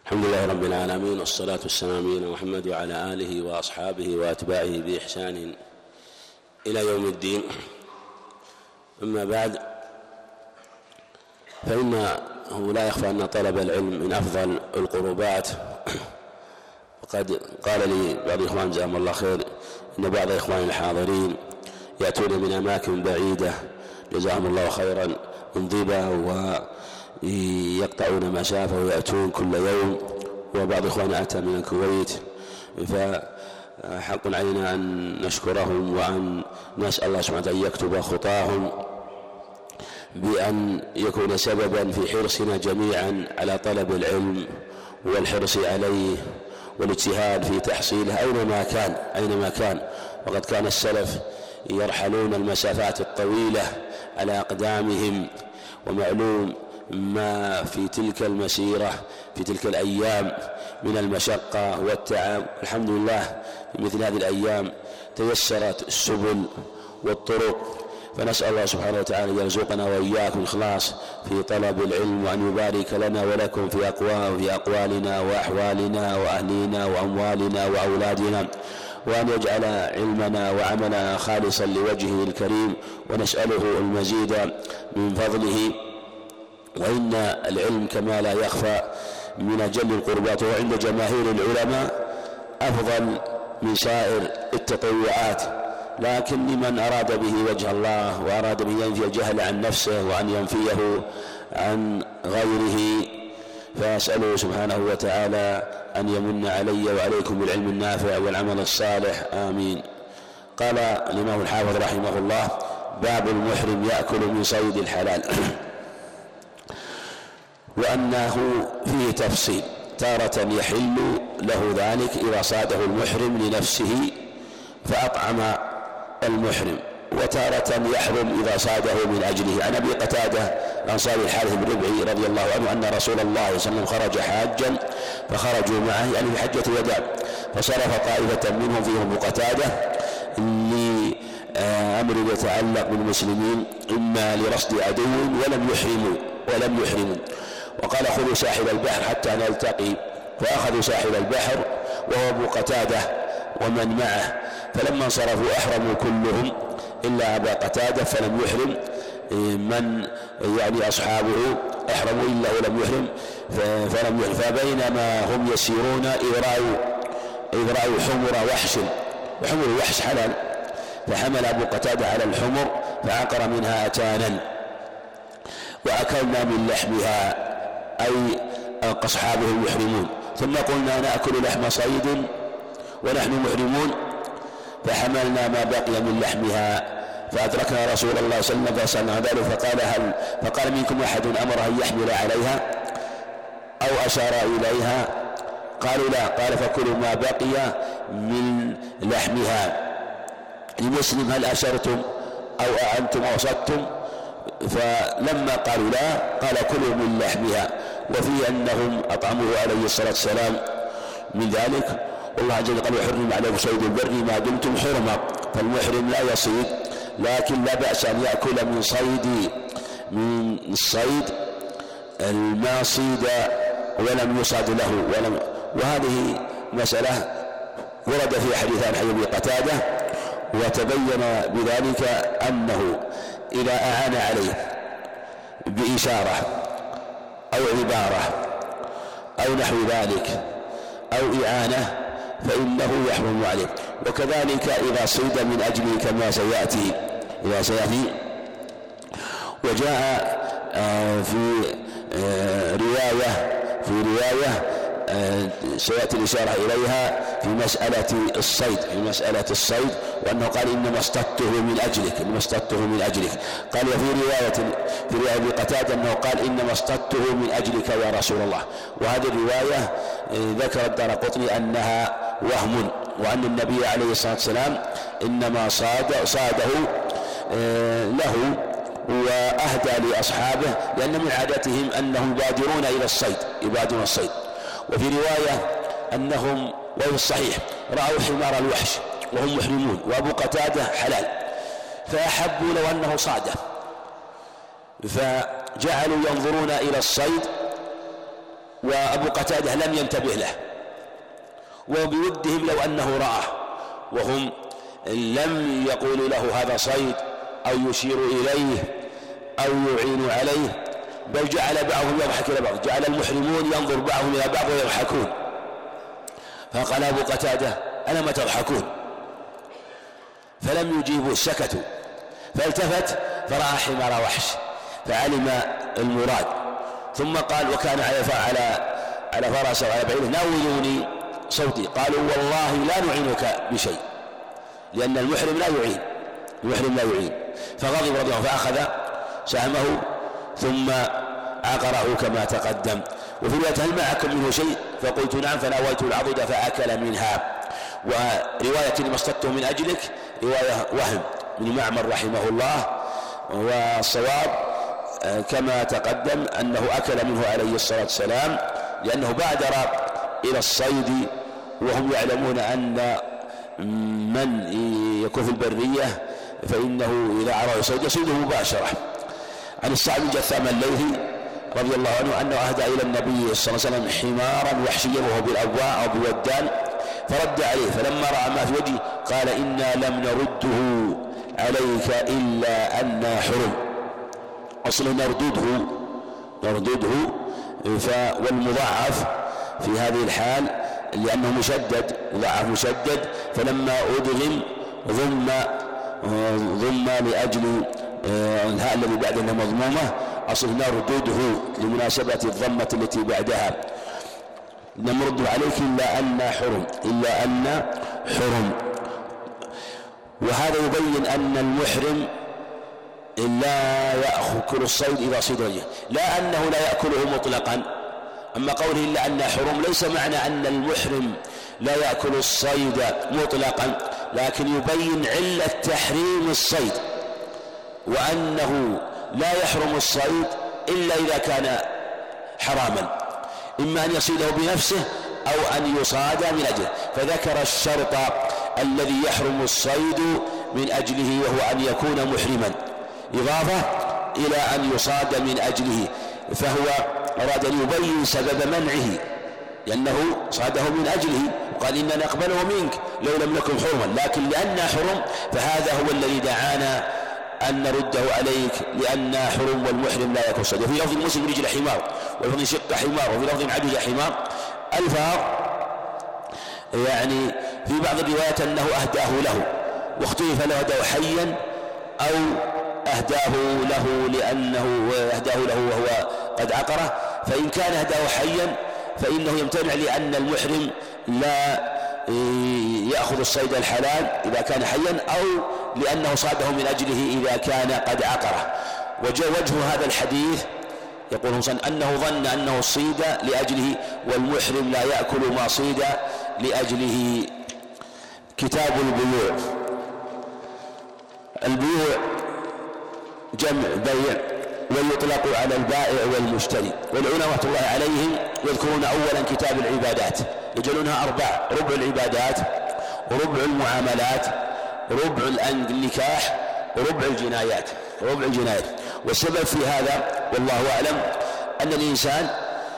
الحمد لله رب العالمين، والصلاة والسلام على محمد وعلى آله وأصحابه وأتباعه بإحسان إلى يوم الدين. أما بعد، فإنه لا يخفى أن طلب العلم من أفضل القربات. وقد قال لي بعض الإخوان جزاهم الله خير إن بعض إخواني الحاضرين يأتون من أماكن بعيدة جزاهم الله خيرا من ضبا ويقطعون مسافة ويأتون كل يوم، وبعض إخواني أتى من الكويت، فحق علينا أن نشكرهم وأن نسأل الله سبحانه وتعالى أن يكتب خطاهم بأن يكون سببا في حرصنا جميعا على طلب العلم والحرص عليه والاجتهاد في تحصيله أينما كان. وقد كان السلف يرحلون المسافات الطويلة على أقدامهم، ومعلوم ما في تلك المسيرة في تلك الأيام من المشقة والتعب. الحمد لله في مثل هذه الأيام تيسرت السبل والطرق، فنسأل الله سبحانه وتعالى أن يرزقنا وإياكم الإخلاص في طلب العلم، وأن يبارك لنا ولكم في أقوالنا وأحوالنا وأهلنا وأموالنا وأولادنا، وأن يجعل علمنا وعملنا خالصا لوجهه الكريم، ونسأله المزيد من فضله. وإن العلم كما لا يخفى من أجل القربات، وعند جماهير العلماء أفضل من سائر التطوعات، لكن لمن أراد به وجه الله وأراد به ينفي الجهل عن نفسه وأن ينفيه عن غيره، فأسأله سبحانه وتعالى أن يمن علي وعليكم بالعلم النافع والعمل الصالح، آمين. قال الإمام الحافظ رحمه الله: باب المحرم يأكل من صيد الحلال. وأنه فيه تفصيل، تارة يحل له ذلك إذا صاده المحرم لنفسه فأطعم المحرم، وتارة يحرم إذا صاده من أجله. عن أبي قتادة الأنصاري الحارث بن ربعي رضي الله عنه أن رسول الله صلى الله عليه وسلم خرج حاجا فخرجوا معه، يعني في حجة الوداع، فصرف طائفة منهم فيهم أبو قتادة لأمر يتعلق بالمسلمين، إما لرصد عدو ولم يحرموا، وقال: خذوا ساحل البحر حتى نلتقي، فأخذوا ساحل البحر وهو أبو قتادة ومن معه، فلما انصرفوا أحرموا كلهم إلا أبا قتادة فلم يحرم، من يعني أصحابه أحرموا إلا ولم يحرم فلم يحرم. فبينما هم يسيرون إذ رأوا حمر وحش، وحمر الوحش حلال، فحمل أبو قتادة على الحمر فعقر منها أتانا، وأكلنا من لحمها، أي أصحابه المحرمون، ثم قلنا: نأكل لحم صيد ونحن محرمون، فحملنا ما بقي من لحمها، فأدركنا رسول الله صلى الله عليه وسلم فسألنا ذلك، فقال: منكم أحد أمر أن يحمل عليها أو أشار إليها؟ قالوا: لا. قال: فكلوا ما بقي من لحمها. لمسلم: هل أشرتم أو أعنتم أو صدتم؟ فلما قالوا لا، قال: كلوا من لحمها. وفيه أنهم أطعموه عليه الصلاة والسلام من ذلك، والله عز وجل قال: يحرم عليكم صيد البر ما دمتم حرما، فالمحرم لا يصيد، لكن لا بأس أن يأكل من الصيد ما صيد ولم يصاد له. وهذه مسألة ورد في حديث عن أبي قتادة، وتبين بذلك أنه إذا أعان عليه بإشارة أو عبارة أو نحو ذلك أو إعانة فإنه يحرم عليه. وكذلك إذا صيد من أجله كما سيأتي. وجاء في رواية سيأتي الإشارة إليها في مسألة الصيد، وأنه قال: إنما اصطدته من أجلك. قال: وفي رواية أبي قتادة أنه قال: إنما اصطدته من أجلك يا رسول الله. وهذه الرواية ذكر الدارقطني أنها وهم، وأن النبي عليه الصلاة والسلام إنما صاده له وأهدى لأصحابه، لأن من عادتهم أنهم يبادرون إلى الصيد. وفي رواية أنهم، وفي الصحيح، رأوا حمار الوحش وهم محرمون وأبو قتادة حلال، فأحبوا لو أنه صاده، فجعلوا ينظرون إلى الصيد وأبو قتادة لم ينتبه له، وبودهم لو أنه رآه، وهم لم يقولوا له هذا صيد أو يشير إليه أو يعين عليه، بل جعل بعضهم يضحك إلى بعض، جعل المحرمون ينظر بعضهم إلى بعض ويضحكون. فقال أبو قتادة: ألا ما تضحكون؟ فلم يجيبوا، سكتوا. فالتفت فرأى حمار وحش فعلم المراد، ثم قال، وكان على فرس وعلى بعيره: ناولوني صوتي. قالوا: والله لا نعينك بشيء، لأن المحرم لا يعين. فغضب رضي الله عنه فأخذ سهمه ثم عقره كما تقدم. وفي رواية: هل معكم منه شيء؟ فقلت: نعم. فناولت العضد فأكل منها. ورواية: ما اصطدته من أجلك رواية وهم من معمر رحمه الله، والصواب كما تقدم أنه أكل منه عليه الصلاة والسلام، لأنه بادر إلى الصيد وهم يعلمون أن من يكون في البرية فإنه إذا عرى الصيد يصيده مباشرة. عن السعد بن جثام الليثي رضي الله عنه أنه أهدى إلى النبي صلى الله عليه وسلم حمارا وحشيا وهو بالأبواء أو بودان، فرد عليه، فلما رأى ما في وجهه قال: إنا لم نرده عليك إلا أن حرم. أصل نردده والمضاعف في هذه الحال لأنه مضاعف مشدد، فلما أدغم ضم لأجل الهاء الذي بعد أنها مضمومة، أصل نردده لمناسبة الضمة التي بعدها، نمرد عليك إلا أن حرم. وهذا يبين أن المحرم لا يأكل الصيد إذا صيد وجهه، لا أنه لا يأكله مطلقا. أما قوله إلا أن حرم ليس معنى أن المحرم لا يأكل الصيد مطلقا، لكن يبين علة تحريم الصيد، وأنه لا يحرم الصيد إلا إذا كان حراما، إما أن يصيده بنفسه أو أن يصاد من أجله. فذكر الشرط الذي يحرم الصيد من أجله وهو أن يكون محرما، إضافة إلى أن يصاد من أجله، فهو أراد أن يبين سبب منعه، لأنه صاده من أجله، وقال: إننا نقبله منك لو لم نكن حرما، لكن لأننا حرم فهذا هو الذي دعانا أن نرده عليك، لأن حرم والمحرم لا يكون صيد. وفي لفظ مسلم: رجل حمار، وفي لفظ شق حمار، وفي لفظ عجوز حمار. الفاظ يعني في بعض الروايات أنه أهداه له، واختلف له أهداه حيا أو أهداه له لأنه أهداه له وهو قد عقره. فإن كان أهداه حيا فإنه يمتنع، لأن المحرم لا يأخذ الصيد الحلال إذا كان حيا، أو لأنه صاده من أجله إذا كان قد عقره. وجه هذا الحديث يقول أنه ظن أنه صيد لأجله، والمحرم لا يأكل ما صيد لأجله. كتاب البيوع جمع بيع، ويطلق على البائع والمشتري. والعلماء رحمة الله عليهم يذكرون أولا كتاب العبادات، يجعلونها 4: ربع العبادات، وربع المعاملات، ربع النكاح، وربع الجنايات. والسبب في هذا والله أعلم أن الإنسان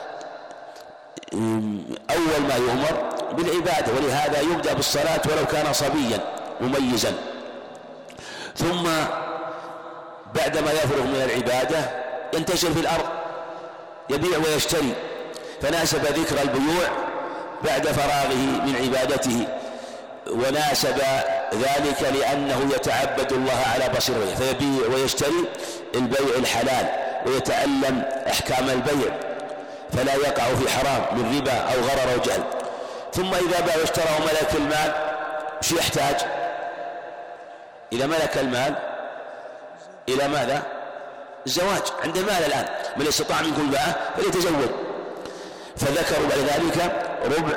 أول ما يؤمر بالعبادة، ولهذا يبدأ بالصلاة ولو كان صبيا مميزا، ثم بعدما يفرغ من العبادة ينتشر في الأرض يبيع ويشتري، فناسب ذكر البيوع بعد فراغه من عبادته، وناسب ذلك لأنه يتعبد الله على بصيرة، فيبيع ويشتري البيع الحلال ويتعلم أحكام البيع، فلا يقع في حرام من ربا أو غرر أو جهل. ثم إذا باع واشترى وملك المال، شو يحتاج؟ إذا ملك المال إلى ماذا؟ الزواج. عنده مال الآن، من استطاع منكم الباءة فليتزوج. فذكروا بعد ذلك ربع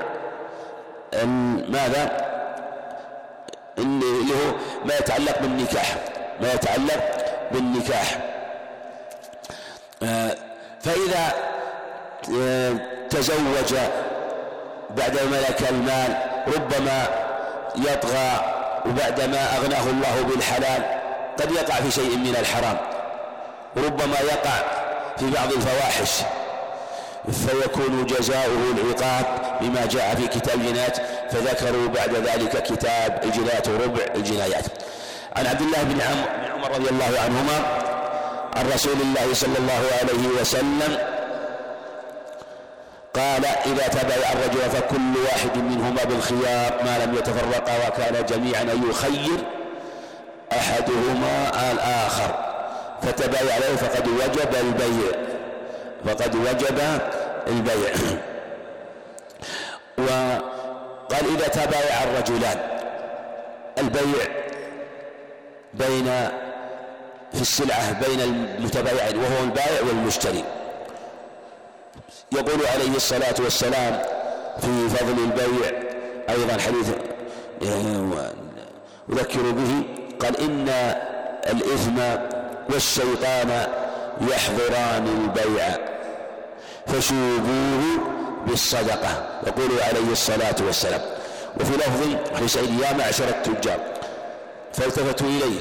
ماذا؟ اللي هو ما يتعلق بالنكاح. فإذا تزوج بعد ملك المال ربما يطغى، وبعدما أغناه الله بالحلال قد يقع في شيء من الحرام، وربما يقع في بعض الفواحش. فيكون جزاؤه العقاب بما جاء في كتاب الجنايات، فذكروا بعد ذلك كتاب الجنايات وربع الجنايات. عن عبد الله بن عمر رضي الله عنهما عن رسول الله صلى الله عليه وسلم قال: إذا تبايع الرجل فكل واحد منهما بالخيار ما لم يتفرقا وكان جميعا أن يخير أحدهما الآخر فتبايع عليه فقد وجب البيع. وقال: إذا تبايع الرجلان، البيع في السلعة بين المتبايعين وهو البائع والمشتري. يقول عليه الصلاة والسلام في فضل البيع أيضا حديث أذكر به، قال: إن الإثم والشيطان يحضران البيع فشوبوه بالصدقة، يقول عليه الصلاة والسلام. وفي لفظ حديث سعيد: يا معشر التجار، فالتفتوا إليه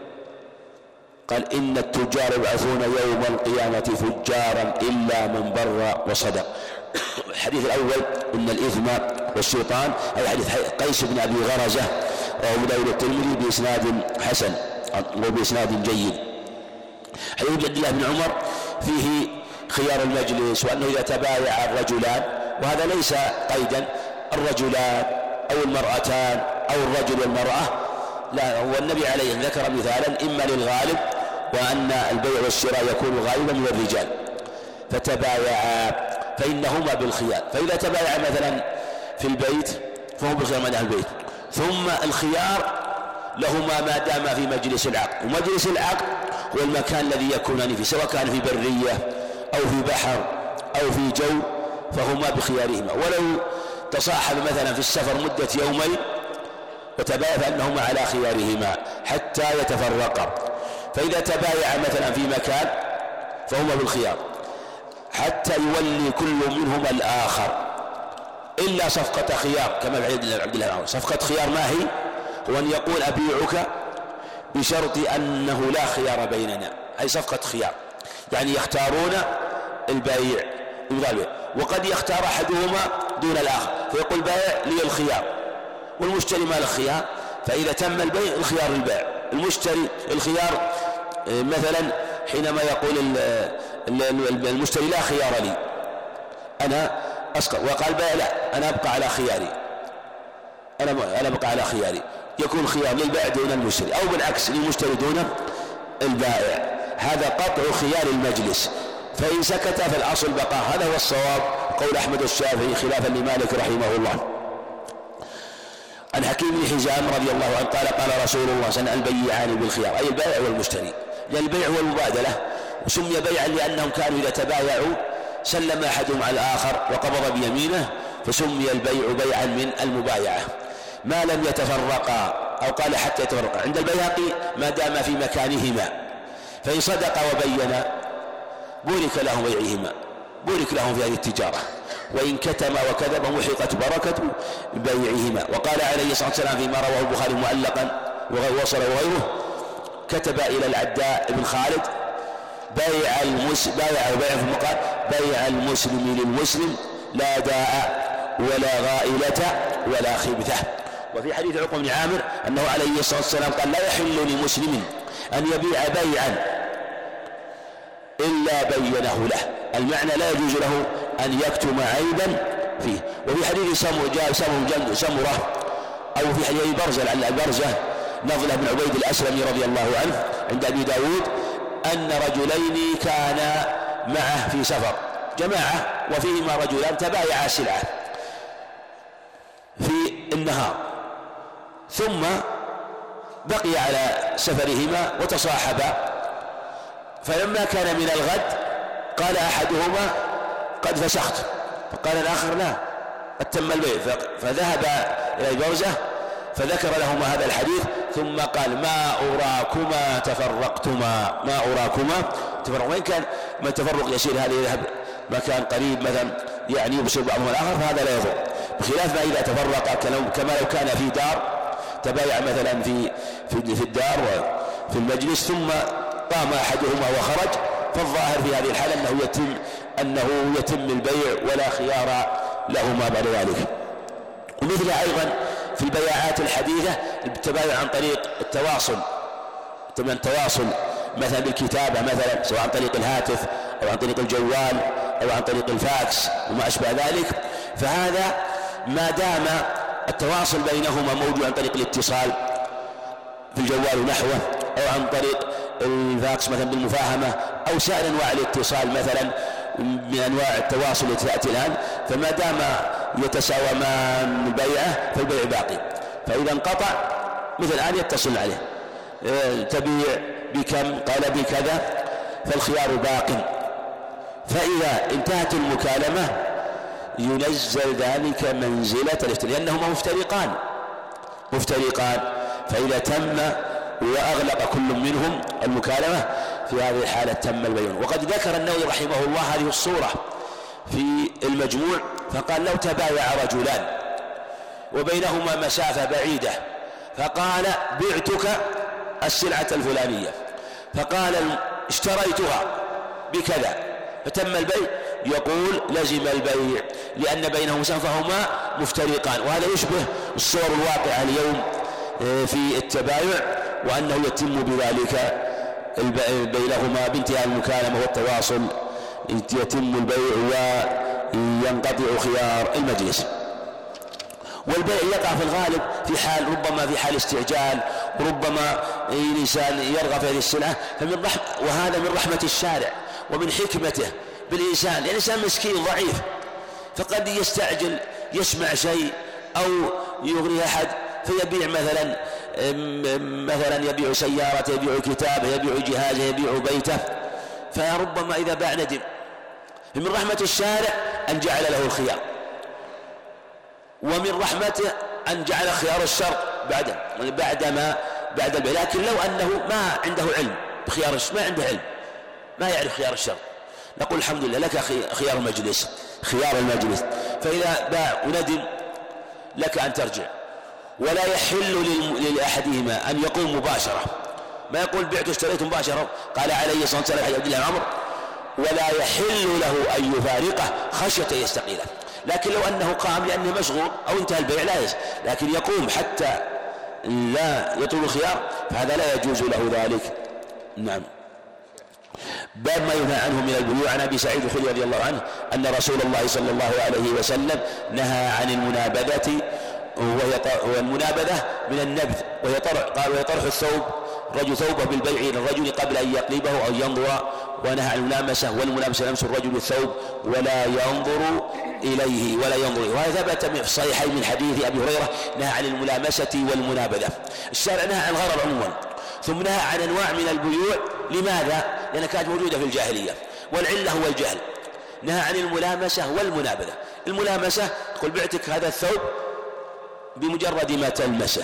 قال: إن التجار يبعثون يوم القيامة فجارا إلا من بر وصدق. الحديث الأول: إن الإثم والشيطان، هذا حديث قيس بن أبي غرزة وأبو داود الترمذي بإسناد حسن وبإسناد جيد. حديث عبد الله بن عمر فيه خيار المجلس، وأنه إذا تبايع الرجلان، وهذا ليس قيدا الرجلان أو المرأتان أو الرجل والمرأة، لا، والنبي عليه ذكر مثالا إما للغالب، وأن البيع والشراء يكون غالبا من الرجال، فتبايعا فإنهما بالخيار. فإذا تبايع مثلا في البيت فهو بالخيار من أهل البيت، ثم الخيار لهما ما دام في مجلس العقد، ومجلس العقد هو المكان الذي يكونان فيه، سواء كان في برية أو في بحر أو في جو، فهما بخيارهما. ولو تصاحب مثلا في السفر مدة يومين وتبايع فإنهما على خيارهما حتى يتفرقا. فإذا تبايع مثلا في مكان فهما بالخيار حتى يولي كل منهما الآخر، إلا صفقة خيار كما في عبد الله بن عمر. صفقة خيار ما هي؟ هو أن يقول: أبيعك بشرط أنه لا خيار بيننا، أي صفقة خيار، يعني يختارون البيع، وقد يختار أحدهما دون الآخر فيقول: بائع لي الخيار، والمشتري ما له خيار، فإذا تم البيع الخيار للبائع. المشتري الخيار مثلا حينما يقول المشتري: لا خيار لي، أنا أسقط، وقال بائع: لا، أنا أبقى على خياري، أنا أبقى على خياري، يكون خيار للبائع دون المشتري، أو بالعكس للمشتري دون البائع. هذا قطع خيار المجلس، فإن سكت فالأصل بقاء. هذا هو الصواب، قول أحمد الشافعي خلافا لمالك رحمه الله. عن حكيم بن حزام رضي الله عنه قال: قال رسول الله صلى الله عليه وسلم: البيعان بالخيار، أي البائع والمشتري، لأن البيع هو المبادلة، وسمي بيعا لأنهم كانوا إذا تبايعوا سلم أحدهم على الآخر وقبض بيمينه، فسمي البيع بيعا من المبايعة ما لم يتفرقا، أو قال حتى يتفرقا. عند البيهقي: ما دام في مكانهما، فإن صدقا وبينا بورك لهم بيعهما، بورك لهم في هذه التجارة، وإن كتم وكذب محقت بركة بيعهما. وقال عليه الصلاة والسلام فيما رواه البخاري معلقا ووصل وغيره: كتب إلى العداء بن خالد: بيع في المقال بيع المسلم للمسلم لا داء ولا غائلة ولا خبثة. وفي حديث عقبة بن عامر أنه عليه الصلاة والسلام قال: لا يحل لمسلم أن يبيع بيعا إلا بينه له، المعنى لا يجوز له أن يكتم عيبا فيه. وفي حديث سمرة أو في حديث برزة نضلة بن عبيد الأسلمي رضي الله عنه عند أبي داود أن رجلين كانا معه في سفر، جماعة وفيهما رجلان تبايعا سلعة في النهار، ثم بقي على سفرهما وتصاحبا، فلما كان من الغد قال أحدهما: قد فسخت، فقال الآخر: لا، قد تم البيع. فذهب إلى برزة فذكر لهما هذا الحديث، ثم قال: ما أراكما تفرقتما، ما أراكما تفرق. وإن كان ما التفرق يسير، هذا يذهب مكان قريب مثلا يعني يبصر بعضهم الآخر، فهذا لا يضر، بخلاف ما إذا تفرق كما لو كان في دار تبايع مثلا في الدار وفي المجلس، ثم قام أحدهما وخرج، فالظاهر في هذه الحالة أنه يتم أنه يتم البيع ولا خيار لهما بعد ذلك. ومثل أيضا في البيعات الحديثة التبايع عن طريق التواصل مثلا بالكتابة، مثلا سواء عن طريق الهاتف أو عن طريق الجوال أو عن طريق الفاكس وما أشبه ذلك، فهذا ما دام التواصل بينهما موجود عن طريق الاتصال في الجوال ونحوه، أو عن طريق الفاكس مثلا بالمفاهمة، أو سائر أنواع الاتصال مثلا من أنواع التواصل التي تأتي الآن، فما دام يتساومان البيعة فالبيع باقي. فإذا انقطع مثل الآن يتصل عليه تبيع بكم؟ قال بكذا، فالخيار باق. فإذا انتهت المكالمة ينزل ذلك منزلة الاشتراك، لأنهما مفترقان. فإذا تم وأغلق كل منهم المكالمة في هذه الحالة تم البيع. وقد ذكر النووي رحمه الله هذه الصورة في المجموع، فقال لو تبايع رجلان وبينهما مسافة بعيدة، فقال بعتك السلعة الفلانية، فقال اشتريتها بكذا، فتم البيع، يقول لزم البيع لأن بينهما مسافة فهما مفترقان. وهذا يشبه الصور الواقعة اليوم في التبايع، وأنه يتم بذلك بينهما بانتهاء المكالمة والتواصل يتم البيع وينقطع خيار المجلس. والبيع يقع في الغالب في حال ربما في حال استعجال، وربما الإنسان يرغب في هذه السلعة، وهذا من رحمة الشارع ومن حكمته بالإنسان، لأن الإنسان مسكين ضعيف، فقد يستعجل يسمع شيء أو يغري أحد فيبيع مثلا يبيع سيارته، يبيع كتابه، يبيع جهازه، يبيع بيته، فربما إذا باع ندم. من رحمة الشارع أن جعل له الخيار، ومن رحمته أن جعل خيار الشرط بعد البيع. لكن لو أنه ما عنده علم بخيار الشرط، ما عنده علم، ما يعرف خيار الشرط، نقول الحمد لله لك خيار المجلس، فإذا باع وندم لك أن ترجع. ولا يحل لأحدهما أن يقوم مباشرة، ما يقول بعت اشتريت مباشرة، قال عليه الصلاة والسلام حديث عبد الله بن عمر ولا يحل له أن يفارقه خشية يستقيله. لكن لو أنه قام لأنه مشغول أو انتهى البيع لا يجوز، لكن يقوم حتى لا يطول الخيار فهذا لا يجوز له ذلك. نعم. باب ما ينهى عنه من البيوع. عن أبي سعيد الخدري رضي الله عنه أن رسول الله صلى الله عليه وسلم نهى عن المنابذة، والمنابذة من النبذ، وهي طرح الثوب، الرجل ثوبه بالبيع للرجل قبل أن يقلبه أو ينظر، ونهى عن الملامسة، والملامسة لمس الرجل الثوب ولا ينظر إليه وهذا ثبت في الصحيحين من حديث أبي هريرة نهى عن الملامسة والمنابذة. الشارع نهى عن الغرر عموما، ثم نهى عن أنواع من البيوع. لماذا؟ لأنها كانت موجودة في الجاهلية، والعلة هو الجهل. نهى عن الملامسة والمنابذة. الملامسة تقول بعتك هذا الثوب بمجرد ما تلمسه،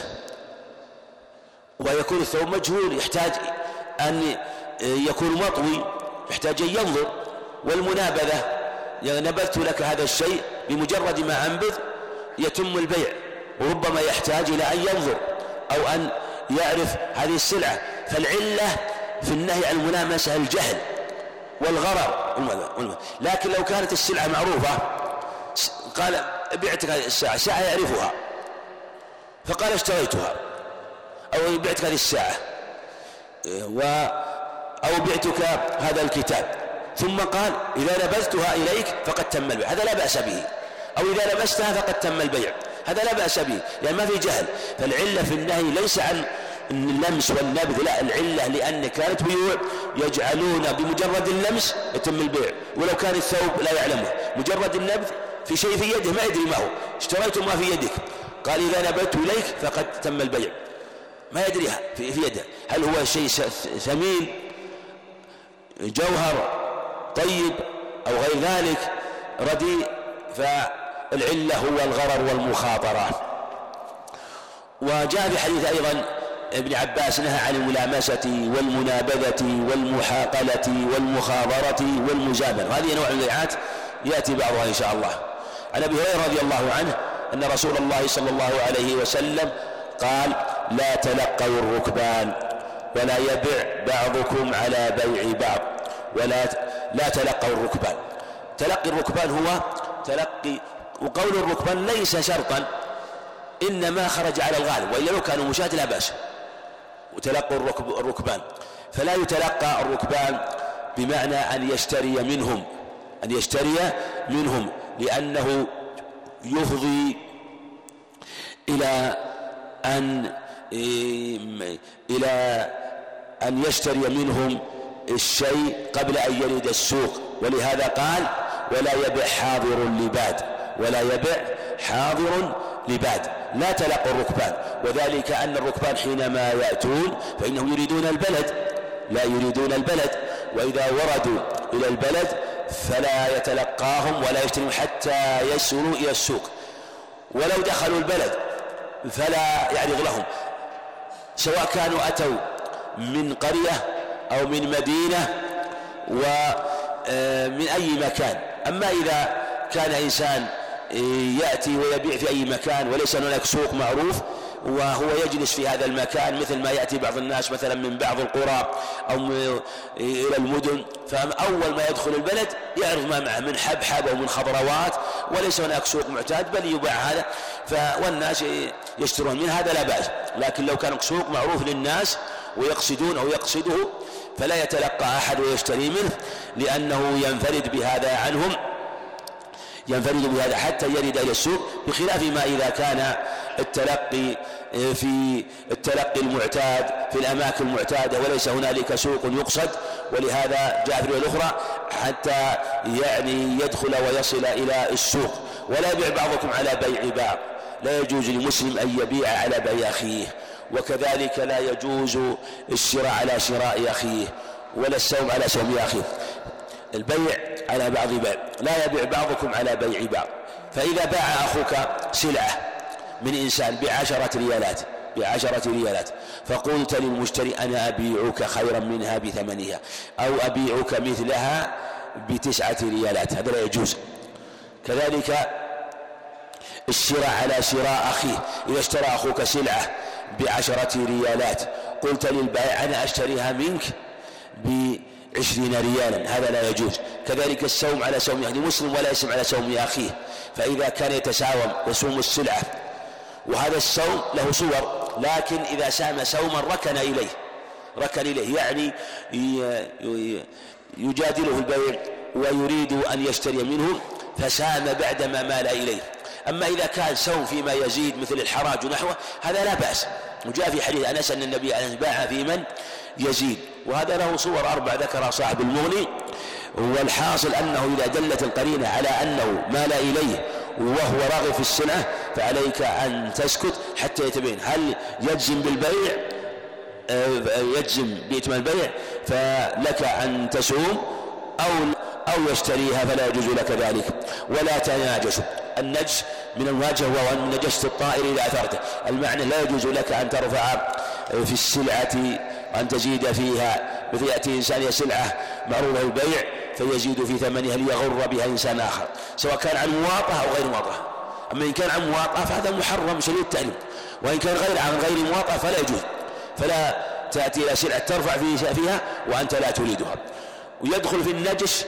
ويكون الثوب مجهول يحتاج أن يكون مطوي، يحتاج أن ينظر. والمنابذة نبذت لك هذا الشيء، بمجرد ما أنبذ يتم البيع، وربما يحتاج إلى أن ينظر أو أن يعرف هذه السلعة. فالعلة في النهي عن الملامسة الجهل والغرر. لكن لو كانت السلعة معروفة، قال بعتك هذه الساعة، ساعة يعرفها، فقال اشتريتها، أو بعتك هذه الساعة، أو بعتك هذا الكتاب، ثم قال إذا نبذتها إليك فقد تم البيع، هذا لا بأس به. أو إذا لمستها فقد تم البيع، هذا لا بأس به، يعني ما في جهل. فالعلة في النهي ليس عن اللمس والنبذ، لا، العلة لأن كانت بيوع يجعلون بمجرد اللمس يتم البيع، ولو كان الثوب لا يعلمه، مجرد النبذ في شيء في يده ما يدري ما هو، اشتريت ما في يدك، قال إذا نبذت إليك فقد تم البيع، ما يدريها في يده، هل هو شيء ثمين جوهر طيب أو غير ذلك رديء. فالعلة هو الغرر والمخاطرة. وجاء في حديث أيضا ابن عباس نهى عن الملامسة والمنابذة والمحاقلة والمخاضرة والمزابنة، هذه نوع من البيعات يأتي بعضها إن شاء الله. عن أبي هريرة رضي الله عنه أن رسول الله صلى الله عليه وسلم قال لا تلقوا الركبان ولا يبع بعضكم على بيع بعض، لا تلقوا الركبان. تلقي الركبان هو تلقي، وقول الركبان ليس شرطا، إنما خرج على الغالب، وإلا لو كانوا مشاة لا بأس. وتلقوا الركبان، فلا يتلقى الركبان بمعنى أن يشتري منهم لأنه يفضي إلى أن يشتري منهم الشيء قبل أن يرد السوق. ولهذا قال ولا يبع حاضر لباد. لا تلقوا الركبان، وذلك أن الركبان حينما يأتون فإنهم لا يريدون البلد، وإذا وردوا إلى البلد فلا يتلقاهم ولا يشترون حتى يسروا إلى السوق. ولو دخلوا البلد فلا يعرض لهم، سواء كانوا أتوا من قرية أو من مدينة ومن أي مكان. أما إذا كان إنسان يأتي ويبيع في أي مكان وليس هناك سوق معروف وهو يجلس في هذا المكان، مثل ما يأتي بعض الناس مثلا من بعض القرى أو إلى المدن، فأول ما يدخل البلد يعرض ما معه من حبحب أو من خضروات، وليس هناك سوق معتاد بل يباع هذا والناس يشترون من هذا لا بأس. لكن لو كان سوق معروف للناس ويقصدون أو يقصده فلا يتلقى أحد ويشتري منه، لأنه ينفرد بهذا عنهم، حتى يرد إلى السوق، بخلاف ما إذا كان التلقي في التلقي المعتاد في الأماكن المعتادة وليس هنالك سوق يقصد. ولهذا جاء في الأخرى حتى يدخل ويصل إلى السوق. ولا يبيع بعضكم على بيع بعض، لا يجوز لمسلم أن يبيع على بيع أخيه، وكذلك لا يجوز الشراء على شراء أخيه ولا السوم على سوم أخيه. البيع على بعض بيع، لا يبيع بعضكم على بيع بعض. فإذا باع أخوك سلعة من إنسان ب10 ريالات فقلت للمشتري أنا أبيعك خيرا منها ب8 أو أبيعك مثلها ب9 ريالات، هذا لا يجوز. كذلك الشراء على شراء أخيه، إذا اشترى أخوك سلعة ب10 ريالات قلت للبائع أنا أشتريها منك ب20 ريالا، هذا لا يجوز. كذلك السوم على سوم أخيه، مسلم ولا يسم على سوم أخيه، فإذا كان يسوم السلعة وهذا السوم له صور، لكن إذا سام سوما ركن إليه يعني يجادله البيع ويريد أن يشتري منه فسام بعدما مال إليه. أما إذا كان سوم فيما يزيد مثل الحراج ونحوه هذا لا بأس، وجاء في حديث أنس أن النبي باع في من يزيد، وهذا له صور 4 ذكر صاحب المغني. والحاصل أنه إذا دلت القرينة على أنه مال إليه وهو راغب في السلعة فعليك أن تسكت حتى يتبين هل يجزم بالبيع يجزم بإتمام البيع فلك أن تسوم أو يشتريها فلا يجوز لك ذلك. ولا تناجشوا، النجش من الواجه وهو أن نجشت الطائر إذا أثرته، المعنى لا يجوز لك أن ترفع في السلعة وأن تزيد فيها، مثل يأتي إنسان سلعة معروضة البيع فيزيد في ثمنها ليغر بها إنسان آخر، سواء كان عن مواطأة أو غير مواطأة. أما إن كان عن مواطأة فهذا محرم شديد التحريم، وإن كان عن غير مواطأة فلا يجوز، فلا تأتي إلى سلعة ترفع فيها وأنت لا تريدها. ويدخل في النجش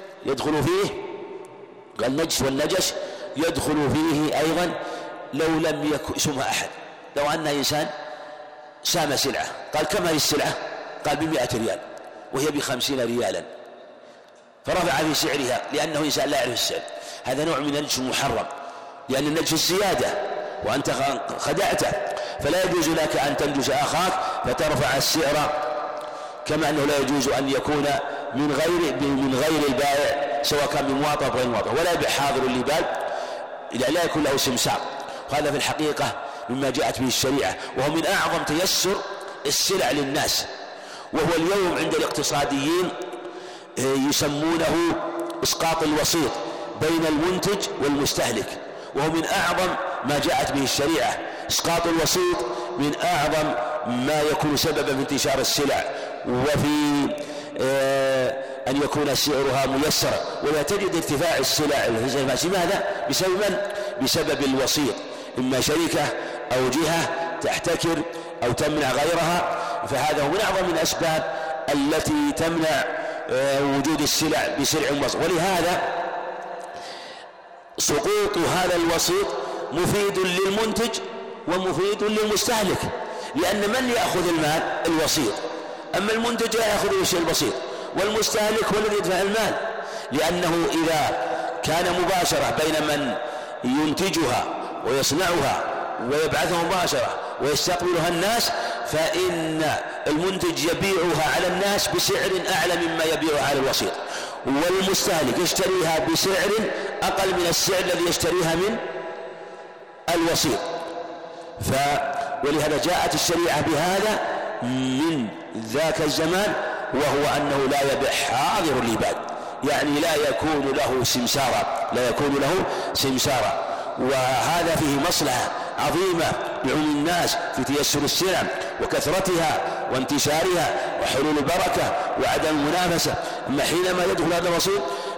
النجش والنجش يدخل فيه أيضا لو لم يسمها أحد. لو أن إنسان سام سلعة قال كم هذه السلعة؟ قال ب100 ريال وهي ب50 ريالا، فرفع في سعرها لأنه إنسان لا يعرف السعر، هذا نوع من النجش محرم، لأن النجش الزيادة وأنت خدعته، فلا يجوز لك أن تنجش أخاك فترفع السعر، كما أنه لا يجوز أن يكون من غير البائع سواء كان بمواطأة أو غير مواطأة. ولا يبيع حاضر اللبال لا يكون له سمسار، وهذا في الحقيقة مما جاءت به الشريعة، وهو من أعظم تيسر السلع للناس، وهو اليوم عند الاقتصاديين يسمونه إسقاط الوسيط بين المنتج والمستهلك، وهو من أعظم ما جاءت به الشريعة. إسقاط الوسيط من أعظم ما يكون سببا في انتشار السلع وفي أن يكون سعرها ميسرا، ولا تجد ارتفاع السلع. لماذا؟ بسبب الوسيط، إما شركة أو جهة تحتكر أو تمنع غيرها، فهذا هو من أعظم الأسباب التي تمنع وجود السلع بسرعة وسط. ولهذا سقوط هذا الوسيط مفيد للمنتج ومفيد للمستهلك، لأن من يأخذ المال؟ الوسيط، أما المنتج لا يأخذه الشيء البسيط، والمستهلك هو الذي يدفع المال، لأنه إذا كان مباشرة بين من ينتجها ويصنعها ويبعثها مباشرة ويستقبلها الناس، فإن المنتج يبيعها على الناس بسعر أعلى مما يبيعها على الوسيط، والمستهلك يشتريها بسعر أقل من السعر الذي يشتريها من الوسيط. ولهذا جاءت الشريعة بهذا من ذاك الزمان، وهو أنه لا يبيع حاضر العباد، يعني لا يكون له سمسارا، وهذا فيه مصلحة عظيمة بعموم الناس في تيسر السلع وكثرتها وانتشارها وحلول البركة وعدم المنافسة. أما حينما يدخل هذا الوسيط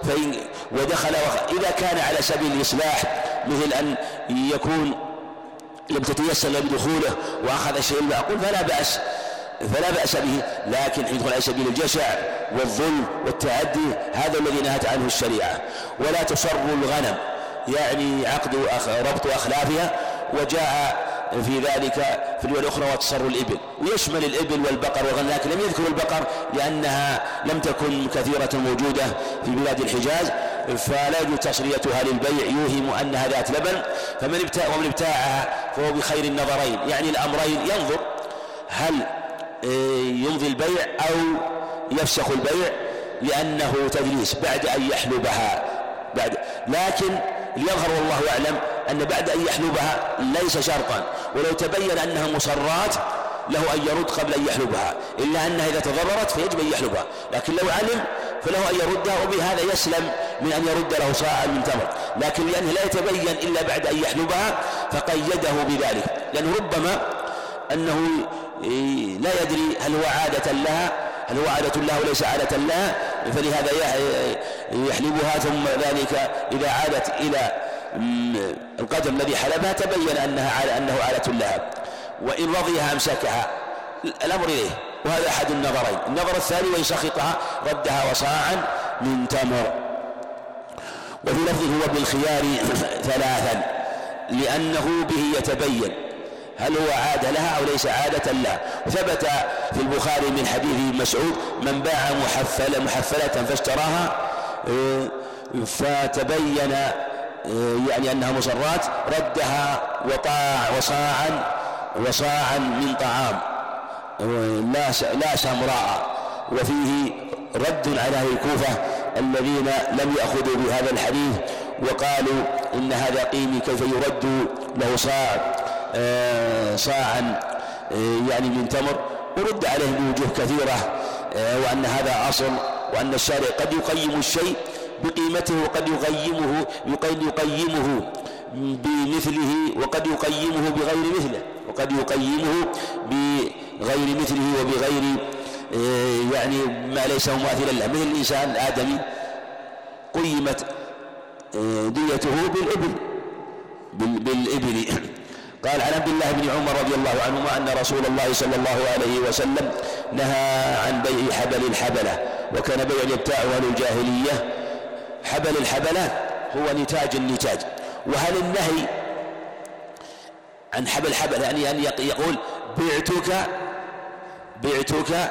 إذا كان على سبيل الإصلاح، مثل أن يكون لم تتيسر له بدخوله وأخذ الشيء المعقول فلا بأس به، لكن يدخل على سبيل الجشع والظلم والتعدي، هذا الذي نهت عنه الشريعة. ولا تصر الغنم، يعني ربط أخلافها، وجاء في ذلك في الرواية الأخرى وتصر الإبل، ويشمل الإبل والبقر والغنم، لكن لم يذكر البقر لأنها لم تكن كثيرة موجودة في بلاد الحجاز، فلا يجوز تصريتها للبيع، يوهم أنها ذات لبن، ومن ابتاعها فهو بخير النظرين، يعني الأمرين، ينظر هل يمضي البيع أو يفسخ البيع، لأنه تدليس بعد أن يحلبها لكن ليظهر والله أعلم أن بعد أن يحلبها ليس شرطا، ولو تبين أنها مصرات له أن يرد قبل أن يحلبها، إلا أنها إذا تضررت فيجب أن يحلبها، لكن لو علم فله أن يردها، وبهذا يسلم من أن يرد له صاعا من تمر، لكن لأنه لا يتبين إلا بعد أن يحلبها فقيده بذلك، لأنه ربما أنه لا يدري هل هو عادة لها وليس عادة لها، فلهذا يحلبها، ثم ذلك إذا عادت إلى القدر الذي حلبها تبين أنه عادة لها، وإن رضيها أمسكها، الأمر إليه، وهذا أحد النظرين. النظر الثاني وإن سخطها ردها وصاعا من تمر. وفي لفظ هو بالخيار ثلاثا، لأنه به يتبين هل هو عادة لها أو ليس عادة لها. وثبت في البخاري من حديث مسعود: من باع محفلة فاشتراها فتبين يعني أنها مصرات ردها وصاعا من طعام لا سمراء. وفيه رد على أهل الكوفة الذين لم يأخذوا بهذا الحديث وقالوا إن هذا قيمي، كيف يرد له صاعا يعني من تمر، ورد عليه بوجوه كثيرة، وأن هذا أصل، وأن الشارع قد يقيم الشيء بقيمته وقد يقيمه بمثله وقد يقيمه بغير مثله وبغير يعني ما ليس مماثلا له، مثل الإنسان الآدمي قيمت ديته بالإبل. قال عن عبد الله بن عمر رضي الله عنهما أن رسول الله صلى الله عليه وسلم نهى عن بيع حبل الحبلة، وكان بيع يبتاعه أهل الجاهلية. حبل الحبلة هو نتاج النتاج. وهل النهي عن حبل الحبلة يعني أن يقول بعتك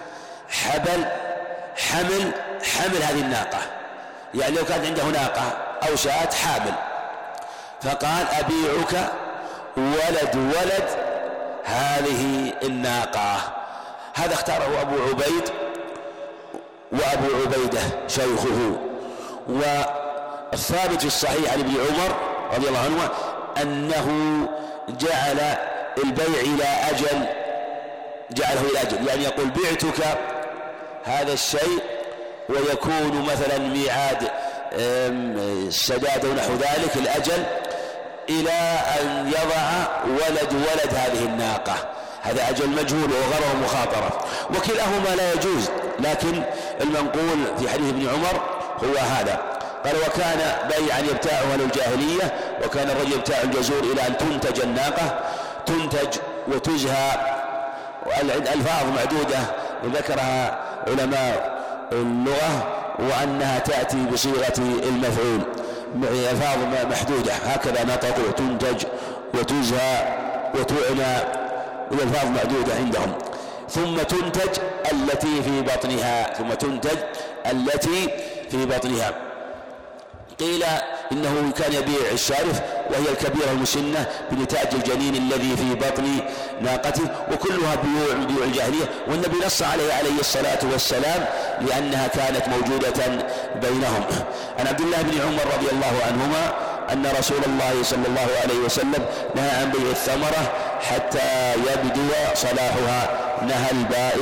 حمل هذه الناقة، يعني لو كانت عنده ناقة أو شاة حامل فقال أبيعك ولد هذه الناقة، هذا اختاره أبو عبيد وأبو عبيدة شيخه. والثابت في الصحيح عن ابن عمر رضي الله عنه أنه جعل البيع إلى أجل، يعني يقول بعتك هذا الشيء، ويكون مثلا ميعاد السداد ونحو ذلك الأجل، إلى أن يضع ولد هذه الناقة، هذا أجل مجهول وغرر مخاطرة، وكلاهما لا يجوز، لكن المنقول في حديث ابن عمر هو هذا. قال وكان بيعا يبتاعه أهل الجاهلية، وكان الرجل يبتاع الجزور إلى أن تنتج الناقة، تنتج وتزهى، الألفاظ معدودة ذكرها علماء اللغة، وأنها تأتي بصيغة المفعول، ألفاظ محدودة هكذا نطقوا: تنتج وتزهى وتعنى، والألفاظ محدودة عندهم. ثم تنتج التي في بطنها، ثم تنتج التي في بطنها. قيل إنه كان يبيع الشارف وهي الكبيرة المسنة بنتاج الجنين الذي في بطن ناقته، وكلها بيوع الجاهلية، والنبي نص عليه الصلاة والسلام لأنها كانت موجودة بينهم. عن عبد الله بن عمر رضي الله عنهما أن رسول الله صلى الله عليه وسلم نهى عن بيع الثمرة حتى يبدو صلاحها، نهى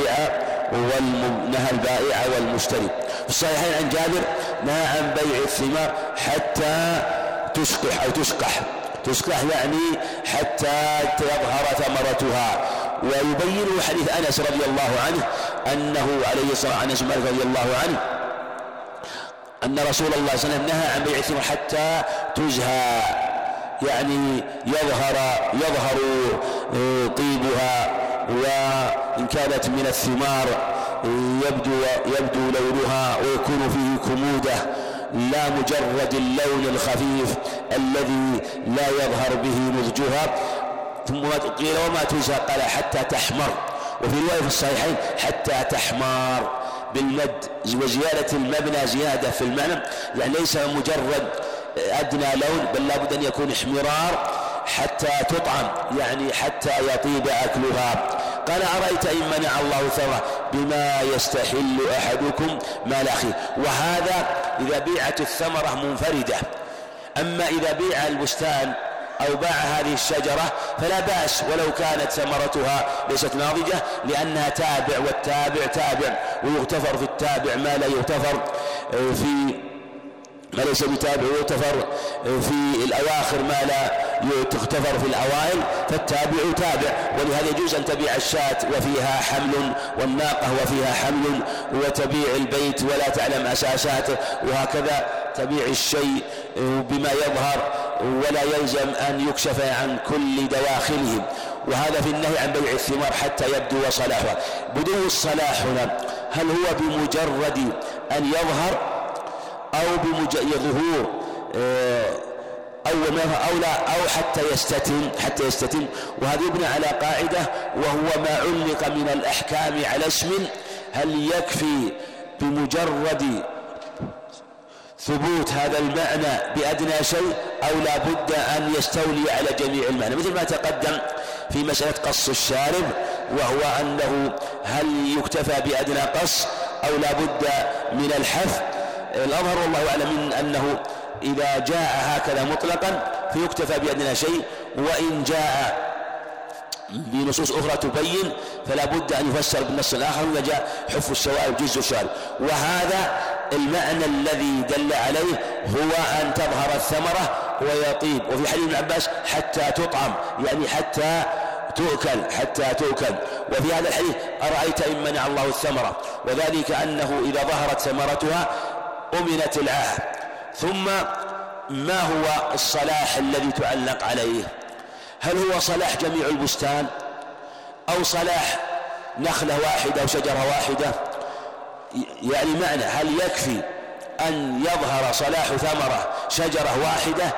البائع والمشتري. في الصحيحين عن جابر نهى عن بيع الثمار حتى تسقح أو تسقح يعني حتى تظهر ثمرتها. ويبين حديث أنس رضي الله عنه أنه عليه الصلاة عن أنس رضي الله عنه أن رسول الله صلى الله عليه وسلم نهى عن بيع الثمار حتى تزهى، يعني يظهر طيبها، وإن كانت من الثمار يبدو لونها ويكون فيه كمودة، لا مجرد اللون الخفيف الذي لا يظهر به نضجها. ثم قيل وما تزهى؟ قال حتى تحمر. وفي رواية في الصحيحين حتى تحمار بالمد، وزيادة المبنى زيادة في المعنى، يعني ليس مجرد أدنى لون، بل لابد أن يكون احمرار حتى تطعم، يعني حتى يطيب أكلها. قال أرأيت إن منع الله ثمرة بما يستحل أحدكم مال أخيه. وهذا إذا بيعت الثمرة منفردة. أما إذا بيع البستان أو باع هذه الشجرة فلا بأس ولو كانت ثمرتها ليست ناضجة، لأنها تابع، والتابع تابع، ويغتفر في التابع ما لا يغتفر ما ليس بتابع، ويغتفر في الأواخر ما لا تغتفر في الأوائل، فالتابع تابع. ولهذا يجوز أن تبيع الشاة وفيها حمل، والناقة وفيها حمل، وتبيع البيت ولا تعلم أساساته، وهكذا تبيع الشيء بما يظهر ولا يلزم أن يكشف عن كل دواخله. وهذا في النهي عن بيع الثمار حتى يبدو صلاحها. بدو الصلاح هنا هل هو بمجرد أن يظهر أو بظهور أو لا، أو حتى يستتم. وهذا يبنى على قاعدة، وهو ما علق من الأحكام على اسم، هل يكفي بمجرد ثبوت هذا المعنى بأدنى شيء، أو لا بد أن يستولي على جميع المعنى، مثل ما تقدم في مسألة قص الشارب، وهو أنه هل يكتفى بأدنى قص أو لا بد من الحف. الأظهر والله أعلم أنه إذا جاء هكذا مطلقا فيكتفى بأدنى شيء، وإن جاء بنصوص أخرى تبين فلا بد أن يفسر بالنص الآخر، إذا جاء حف الشوارب جز الشارب. وهذا المعنى الذي دل عليه هو أن تظهر الثمرة ويطيب. وفي حديث ابن عباس حتى تطعم، يعني حتى تؤكل. وفي هذا الحديث أرأيت إن منع الله الثمرة، وذلك أنه إذا ظهرت ثمرتها أمنت العاهة. ثم ما هو الصلاح الذي تعلق عليه؟ هل هو صلاح جميع البستان، أو صلاح نخلة واحدة أو شجرة واحدة؟ يعني معنى هل يكفي أن يظهر صلاح ثمرة شجرة واحدة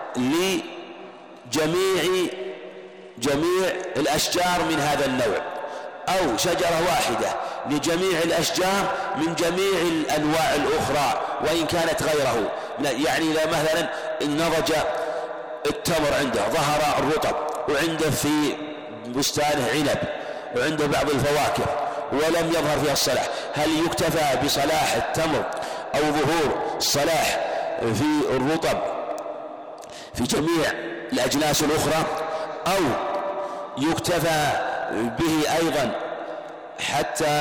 لجميع الأشجار من هذا النوع، أو شجرة واحدة لجميع الأشجار من جميع الأنواع الأخرى وإن كانت غيره؟ يعني إذا مثلا نضج التمر عنده، ظهر الرطب، وعنده في بستانه عنب، وعنده بعض الفواكه ولم يظهر فيها الصلاح، هل يكتفى بصلاح التمر أو ظهور الصلاح في الرطب في جميع الأجناس الأخرى، أو يكتفى به أيضا حتى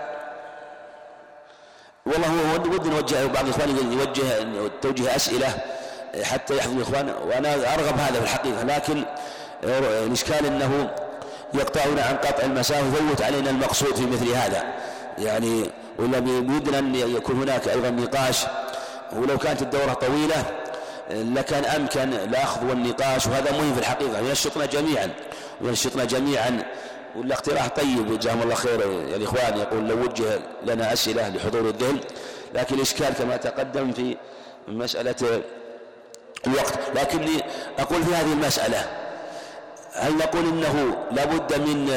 والله ودي نوجه بعض الإخوان يوجه توجيه أسئلة حتى يحضر الإخوان، وأنا أرغب هذا في الحقيقة، لكن الإشكال أنه يقطعون عن قطع المسافة ويفوت علينا المقصود في مثل هذا، يعني ولا بودنا أن يكون هناك أيضا نقاش، ولو كانت الدورة طويلة لكان أمكن الأخذ والنقاش، وهذا مهم في الحقيقة، ينشطنا جميعا. والاقتراح طيب جزاهم الله خير يا الإخوان، يقول لو وجه لنا أسئلة لحضور الذهن، لكن الإشكال كما تقدم في مسألة الوقت. لكني أقول في هذه المسألة هل نقول إنه لابد من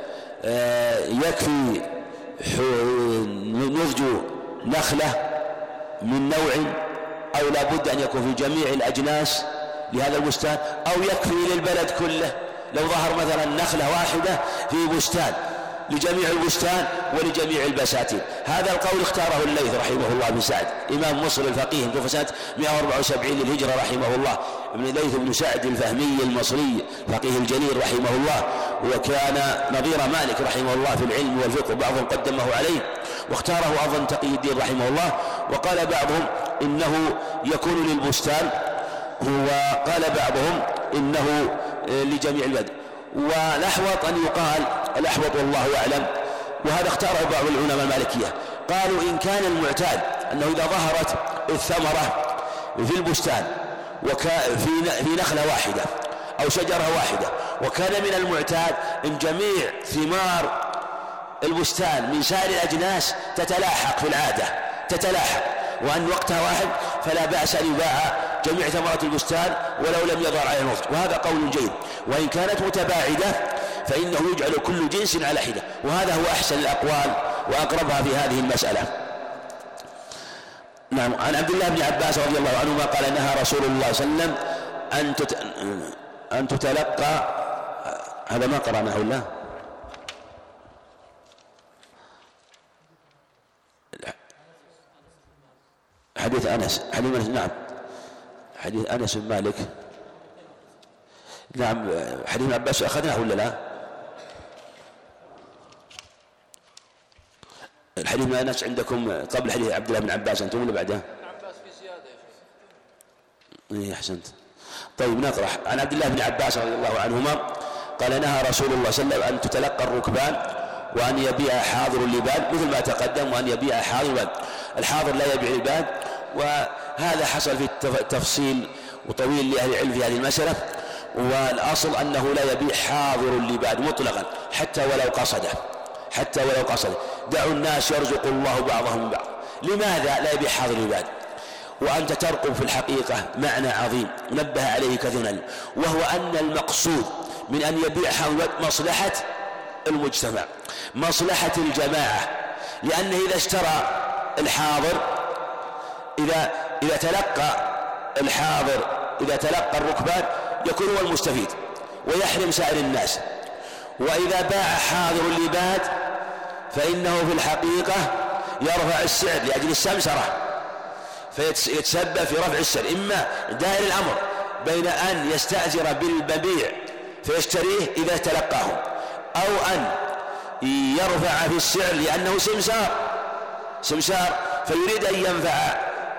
يكفي نضج نخلة من نوع، أو لابد أن يكون في جميع الأجناس لهذا البستان، أو يكفي للبلد كله لو ظهر مثلا نخلة واحدة في بستان لجميع البستان ولجميع البساتين؟ هذا القول اختاره الليث رحمه الله بن سعد إمام مصر الفقيه توفى سنة 174 للهجرة رحمه الله، ابن الليث بن سعد الفهمي المصري الفقيه الجليل رحمه الله، وكان نظير مالك رحمه الله في العلم والفقه، بعضهم قدمه عليه واختاره أظن تقي الدين رحمه الله. وقال بعضهم إنه يكون للبستان، وقال بعضهم إنه لجميع البلد. والأحوط أن يقال الأحوط والله أعلم، وهذا اختاره بعض العلماء المالكية، قالوا إن كان المعتاد أنه إذا ظهرت الثمرة في البستان في نخلة واحدة أو شجرة واحدة، وكان من المعتاد أن جميع ثمار البستان من سائر الأجناس تتلاحق في العادة تتلاحق، وأن وقتها واحد، فلا بأس أن يباع جميع ثمرات البستان ولو لم يظهر عليه النضج، وهذا قول جيد. وإن كانت متباعدة فإنه يجعل كل جنس على حدة، وهذا هو أحسن الأقوال وأقربها في هذه المسألة. نعم. عن عبد الله بن عباس رضي الله عنهما قال نهى رسول الله صلى الله عليه وسلم أن تتلقى، هذا ما قرأناه الله، حديث أنس، نعم حديث أنس بن مالك، نعم حديث ابن عباس أخذناه ولا لا؟ الحديث من أنس عندكم قبل حديث عبد الله بن عباس أنتم ولا بعده؟ ابن عباس في زيادة يا شيخ. أحسنت. طيب نقرأ. عن عبد الله بن عباس رضي الله عنهما قال نهى رسول الله صلى الله عليه وسلم أن تتلقى الركبان وأن يبيع حاضر اللباد، مثل ما تقدم، وأن يبيع حاضر اللباد. الحاضر لا يبيع اللباد، وهذا حصل في التفصيل وطويل لأهل العلم في هذه المسألة، والأصل أنه لا يبيع حاضر اللباد مطلقا حتى ولو قصده. دعوا الناس يرزق الله بعضهم من بعض. لماذا لا يبيع حاضر اللباد؟ وأنت ترقب في الحقيقة معنى عظيم نبه عليه كثيرا، وهو أن المقصود من أن يبيع حاضر اللباد مصلحة المجتمع، مصلحة الجماعة، لأنه إذا اشترى الحاضر، إذا تلقى الركبان يكون هو المستفيد ويحرم سائر الناس. وإذا باع حاضر اللباد فإنه في الحقيقة يرفع السعر لأجل السمسرة، فيتسبب في رفع السعر. إما دائر الأمر بين أن يستأجر بالمبيع فيشتريه إذا تلقاه، أو أن يرفع في السعر لأنه سمسار فيريد أن ينفع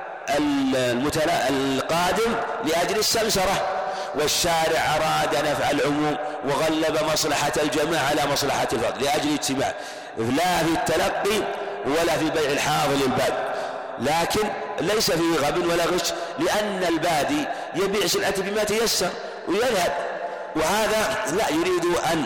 القادم لأجل السمسرة، والشارع أراد نفع العموم وغلب مصلحة الجماعة على مصلحة الفرد لأجل الاجتماع، لا في التلقي ولا في بيع الحاضر للباد. لكن ليس فيه غب ولا غش، لأن البادي يبيع سلعته بما تيسر ويذهب، وهذا لا يريد أن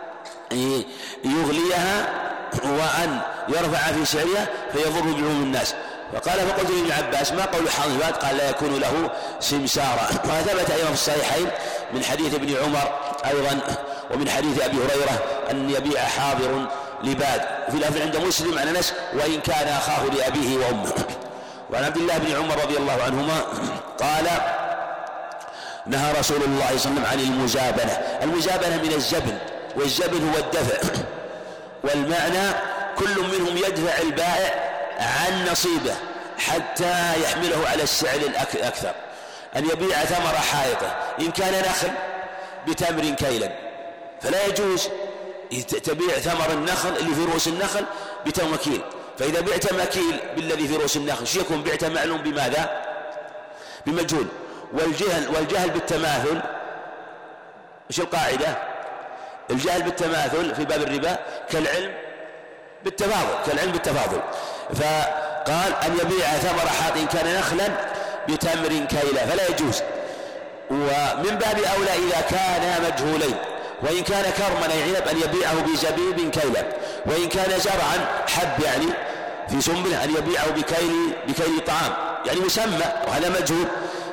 يغليها وأن يرفع في سعرها فيضر بعموم الناس. فقلت لابن عباس ما قول حاضر اللباد؟ قال لا يكون له سمسارا. وثبت أيضا في الصحيحين من حديث ابن عمر أيضا ومن حديث أبي هريرة أن يبيع حاضر لباد، في لفظ عند مسلم عن أنس وإن كان أخاه لأبيه وأمه. وعن عبد الله بن عمر رضي الله عنهما قال نهى رسول الله صلى الله عليه وسلم عن المزابنة من الزبن، والزبن هو الدفع، والمعنى كل منهم يدفع البائع عن نصيبه حتى يحمله على السعر الأكثر. أن يبيع ثمر حائطه، إن كان نخل بتمر كيلا فلا يجوز تبيع ثمر النخل اللي في رؤوس النخل بتمر كيل، فإذا بعت مكيل بالذي في رؤوس النخل شو يكون؟ بعت معلوم بماذا؟ بمجهول. والجهل بالتماثل، ايش القاعدة؟ الجهل بالتماثل في باب الربا كالعلم بالتفاضل. فقال أن يبيع ثمر حائط إن كان نخلا بتمر كيلا فلا يجوز، ومن باب أولى إذا كان مجهولين. وإن كان كرما عنب أن يبيعه بزبيب كيلا، وإن كان زرعا حب يعني في سنبله أن يبيعه بكيل طعام يعني مسمى وهذا مجهول.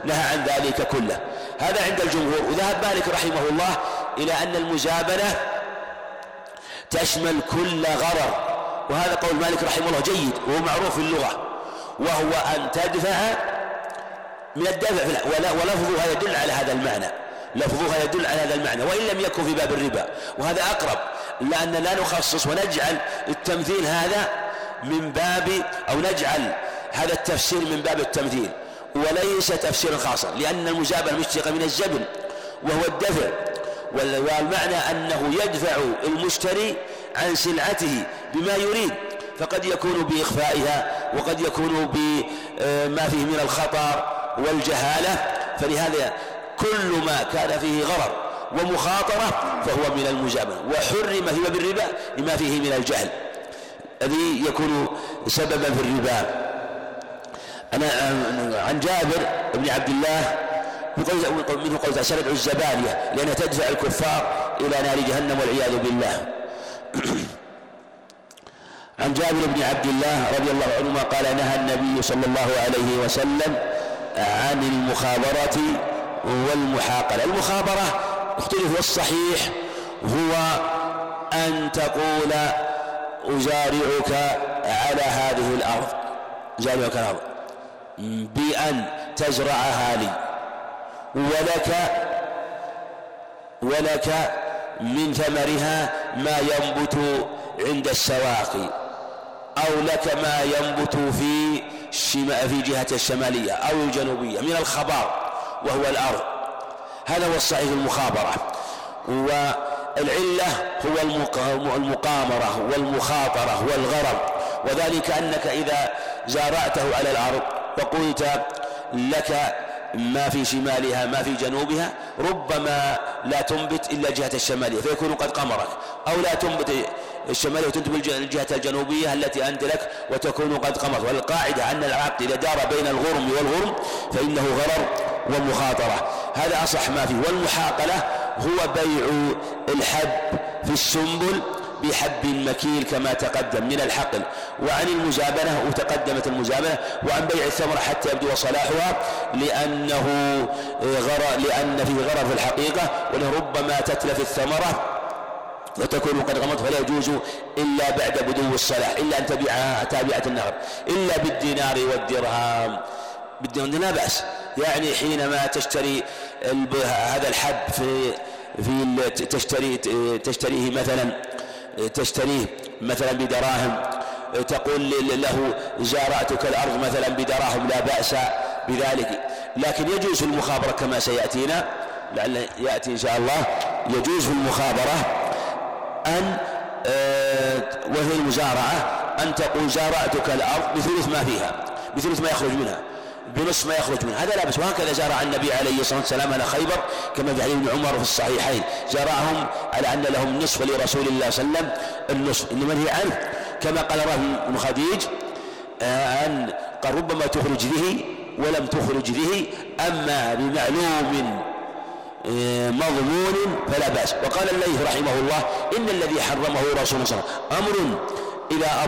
نهى عن ذلك كله. هذا عند الجمهور. وذهب مالك رحمه الله إلى أن المزابنة تشمل كل غرر، وهذا قول مالك رحمه الله جيد وهو معروف في اللغة، وهو أن تدفع من الدفع، ولفظها يدل على هذا المعنى، لفظها يدل على هذا المعنى وإن لم يكن في باب الربا، وهذا أقرب، لأن لا نخصص ونجعل التمثيل هذا من باب، أو نجعل هذا التفسير من باب التمثيل وليس تفسيرا خاصا، لأن المزابنة مشتقة من الزبن وهو الدفع، والمعنى أنه يدفع المشتري عن سلعته بما يريد، فقد يكون بإخفائها وقد يكون بما فيه من الخطر والجهالة، فلهذا كل ما كان فيه غرر ومخاطرة فهو من المزابنة، وحرم في باب الربا لما فيه من الجهل الذي يكون سببا في الربا. عن جابر بن عبد الله منه قول سندع الزبانية لأنها تدفع الكفار إلى نار جهنم والعياذ بالله. عن جابر بن عبد الله رضي الله عنهما قال نهى النبي صلى الله عليه وسلم عن المخابرة والمحاقلة. المخابرة اختلف، والصحيح هو أن تقول أزارعك على هذه الأرض، أزارعك الأرض بأن تزرعها لي، ولك من ثمرها ما ينبت عند السواقي، أو لك ما ينبت في جهة الشمالية أو الجنوبية من الخبار وهو الأرض. هذا هو الصحيح المخابرة. والعلة هو المقامرة والمخاطرة والغرر، وذلك أنك إذا زارعته على الأرض وقلت لك ما في شمالها ما في جنوبها، ربما لا تنبت إلا جهة الشمالية فيكون قد قمرك، أو لا تنبت الشمالية وتنتبه الجهة الجنوبية التي أنت لك وتكون قد قمرت. والقاعدة أن العقد إذا دار بين الغرم والغرم فإنه غرر ومخاطرة، هذا أصح ما فيه. والمحاقلة هو بيع الحب في السنبل بحب مكيل كما تقدم من الحقل. وعن المزابنة وتقدمت المزابنة، وعن بيع الثمرة حتى يبدو صلاحها لأن فيه غرر في الحقيقة، ولربما تتلف الثمرة وتكون قد غمضت، فلا يجوز إلا بعد بدو الصلاح، إلا أن تبيعها تابعة النهر، إلا بالدينار والدرهم. بالدينار لا بأس، يعني حينما تشتري هذا الحب تشتريه مثلا بدراهم، تقول له زارعتك الأرض مثلا بدراهم، لا بأس بذلك. لكن يجوز المخابرة كما سيأتينا، لعل يأتي إن شاء الله، يجوز في المخابرة أن وهي المزارعة أن تقول زارعتك الأرض بثلث ما فيها، بثلث ما يخرج منها، بنصف ما يخرج منها، هذا لا بأس. وهكذا زارع النبي عليه الصلاة والسلام على خيبر كما في حديث ابن عمر في الصحيحين، زارعهم على أن لهم نصف ولرسول الله صلى الله عليه وسلم النصف. إنما هي عنه كما قال راه بن خديج أن قال ربما تخرج به ولم تخرج به، أما بمعلوم مضمون فلا بأس. وقال الليث رحمه الله إن الذي حرمه رسول الله صلى الله عليه وسلم أمر إذا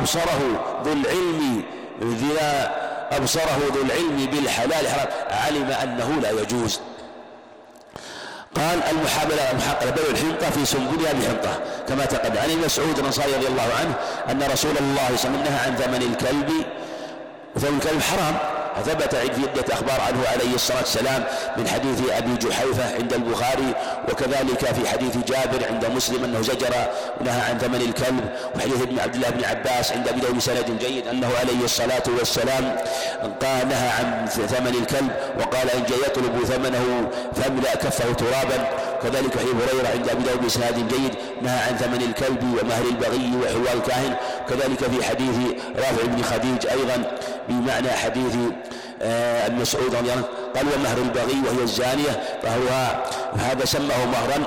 أبصره ذو العلم بالحلال حرام علم أنه لا يجوز. قال المحاقلة بيع الحنطة في سنبلها بحنطة كما تقدم. عن ابن مسعود الأنصاري رضي الله عنه أن رسول الله صلى الله عليه وسلم نهى عن ثمن الكلب، وثمن الكلب حرام. ثبت في عدة أخبار عنه عليه الصلاة والسلام من حديث أبي جحيفة عند البخاري، وكذلك في حديث جابر عند مسلم أنه زجر ونهى عن ثمن الكلب، وحديث ابن عبد الله بن عباس عند أبي داود بسند جيد أنه عليه الصلاة والسلام قال نهى عن ثمن الكلب، وقال إن جاء يطلب ثمنه فاملأ كفه ترابا. كذلك حديث هريرة عند أبي داود بسند جيد نهى عن ثمن الكلب ومهر البغي وحلوى الكاهن. كذلك في حديث رافع بن خديج أيضا بمعنى حديث المسعود رضي الله عنه قال ومهر البغي وهي الزانية، هذا سماه مهرا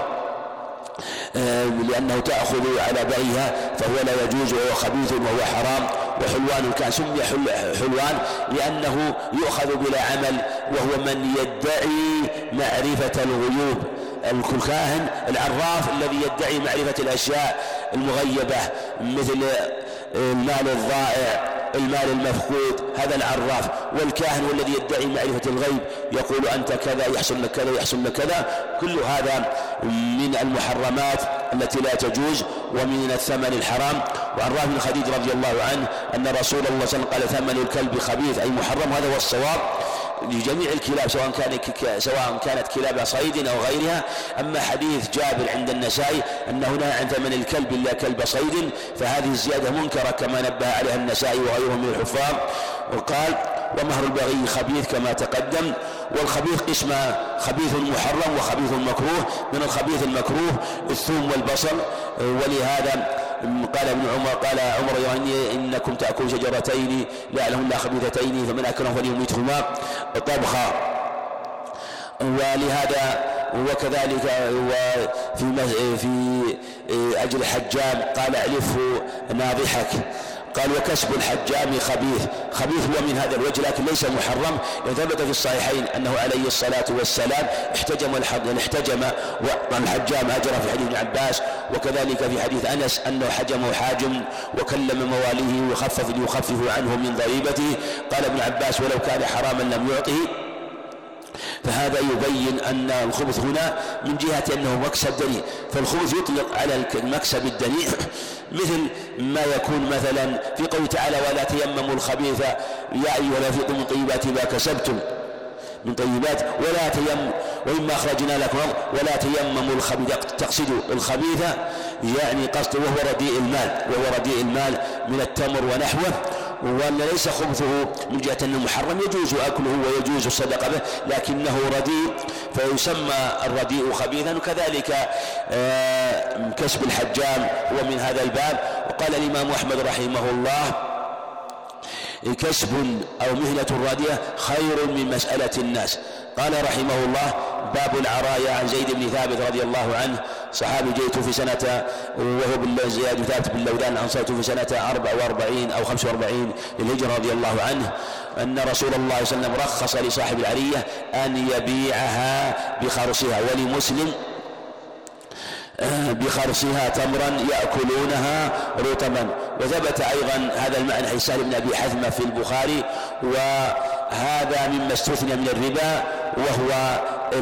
لأنه تأخذ على بغيها فهو لا يجوز وهو خبيث وهو حرام. وحلوان كان سمي حلوان لأنه يؤخذ بلا عمل، وهو من يدعي معرفة الغيوب، الكاهن العراف الذي يدعي معرفة الأشياء المغيبة مثل المال الضائع المال المفقود هذا العراف، والكاهن والذي يدعي معرفة الغيب يقول أنت كذا يحصل لك كذا يحصل لك كذا، كل هذا من المحرمات التي لا تجوز ومن الثمن الحرام. وعن رافع بن خديج رضي الله عنه أن رسول الله صلى الله عليه وسلم قال ثمن الكلب خبيث أي محرم، هذا هو الصواب لجميع الكلاب سواء كانت كلاب صيد أو غيرها. أما حديث جابر عند النسائي أنه نهى عن ثمن الكلب إلا كلب صيد فهذه الزيادة منكرة كما نبه عليها النسائي وغيره من الحفاظ. وقال ومهر البغي خبيث كما تقدم. والخبيث قسم خبيث محرم وخبيث مكروه. من الخبيث المكروه الثوم والبصل، ولهذا قال ابن عمر قال عمر إنكم تأكلون شجرتين لعلهن خبيثتين فمن أكلهم فليميتهما طبخا. ولهذا وكذلك في أجل الحجام قال اعلفه ناضحك. قال وكسب الحجام خبيث هو من هذا الوجه لكن ليس محرم. ثبت في الصحيحين أنه عليه الصلاة والسلام احتجم والحجام أجر في حديث ابن عباس، وكذلك في حديث أنس أنه حجمه حاجم وكلم مواليه ليخفف عنه من ضريبته. قال ابن عباس ولو كان حراما لم يعطه. فهذا يبين أن الخبث هنا من جهة أنه مكسب دنيء، فالخبث يطلق على المكسب الدنيء مثل ما يكون مثلا في قوله تعالى ولا تيمموا الخبيث يا أيها الذين من طيبات ما كسبتم من طيبات وإما أخرجنا لكم ولا تيمموا الخبيث تقصدوا الخبيث يعني قصد وهو رديء المال من التمر ونحوه، وأن ليس خبثه من جهة أنه محرم يجوز أكله ويجوز الصدقة به لكنه رديء فيسمى الرديء خبيثا. وكذلك كسب الحجام هو من هذا الباب. وقال الإمام أحمد رحمه الله كسب أو مهنة الرادية خير من مسألة الناس. قال رحمه الله باب العرايا. عن زيد بن ثابت رضي الله عنه صحابي جئت في سنة وهو زياد ثابت بن لودان أنصرت في سنة 44 أو 45 للهجرة رضي الله عنه أن رسول الله صلى الله عليه وسلم رخص لصاحب العرية أن يبيعها بخرصها ولمسلم بخرصها تمرا يأكلونها رطبا. وثبت أيضا هذا المعنى حديث سهل بن أبي حثمة في البخاري. وهذا مما استثنى من الربا وهو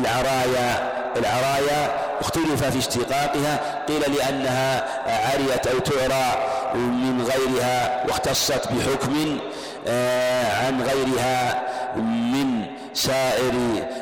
العرايا اختلف في اشتقاقها، قيل لأنها عريت أو تعرى من غيرها واختصت بحكم عن غيرها من سائر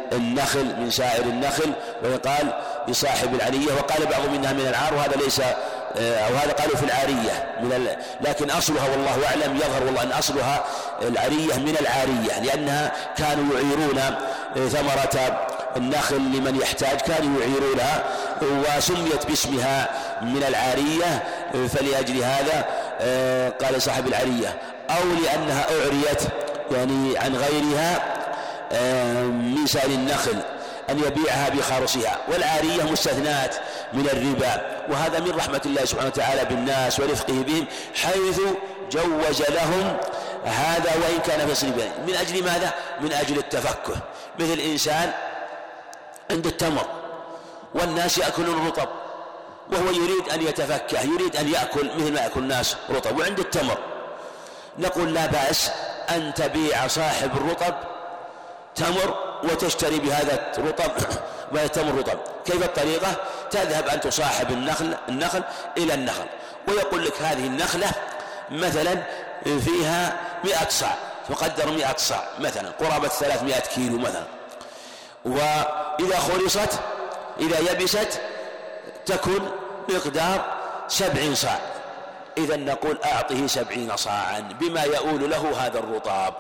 النخل ويقال لصاحب العرية. وقال بعض منها من العار وهذا ليس أو هذا قالوا في العارية لكن أصلها والله أعلم يظهر والله أن أصلها العرية من العارية لأنها كانوا يعيرون ثمرة النخل لمن يحتاج كانوا يعيرونها وسميت باسمها من العارية فلأجل هذا قال صاحب العرية أو لأنها أعريت يعني عن غيرها من سائر النخل أن يبيعها بخرصها. والعارية مستثنات من الربا وهذا من رحمة الله سبحانه وتعالى بالناس ورفقه بهم حيث جوز لهم هذا وإن كان في صلبين. من أجل ماذا؟ من أجل التفكه. مثل إنسان عند التمر والناس يأكلون الرطب وهو يريد أن يتفكه يريد أن يأكل مثل ما يأكل الناس رطب وعند التمر، نقول لا بأس أن تبيع صاحب الرطب تمر وتشتري بهذا التمر رطب. كيف الطريقة؟ تذهب أن تصاحب النخل إلى النخل ويقول لك هذه النخلة مثلا فيها 100 صاع تقدر 100 صاع مثلا قرابة 300 كيلو مثلا، وإذا خلصت إذا يبست تكون مقدار 70 صاع. إذا نقول أعطه 70 صاعا بما يؤول له هذا الرطاب،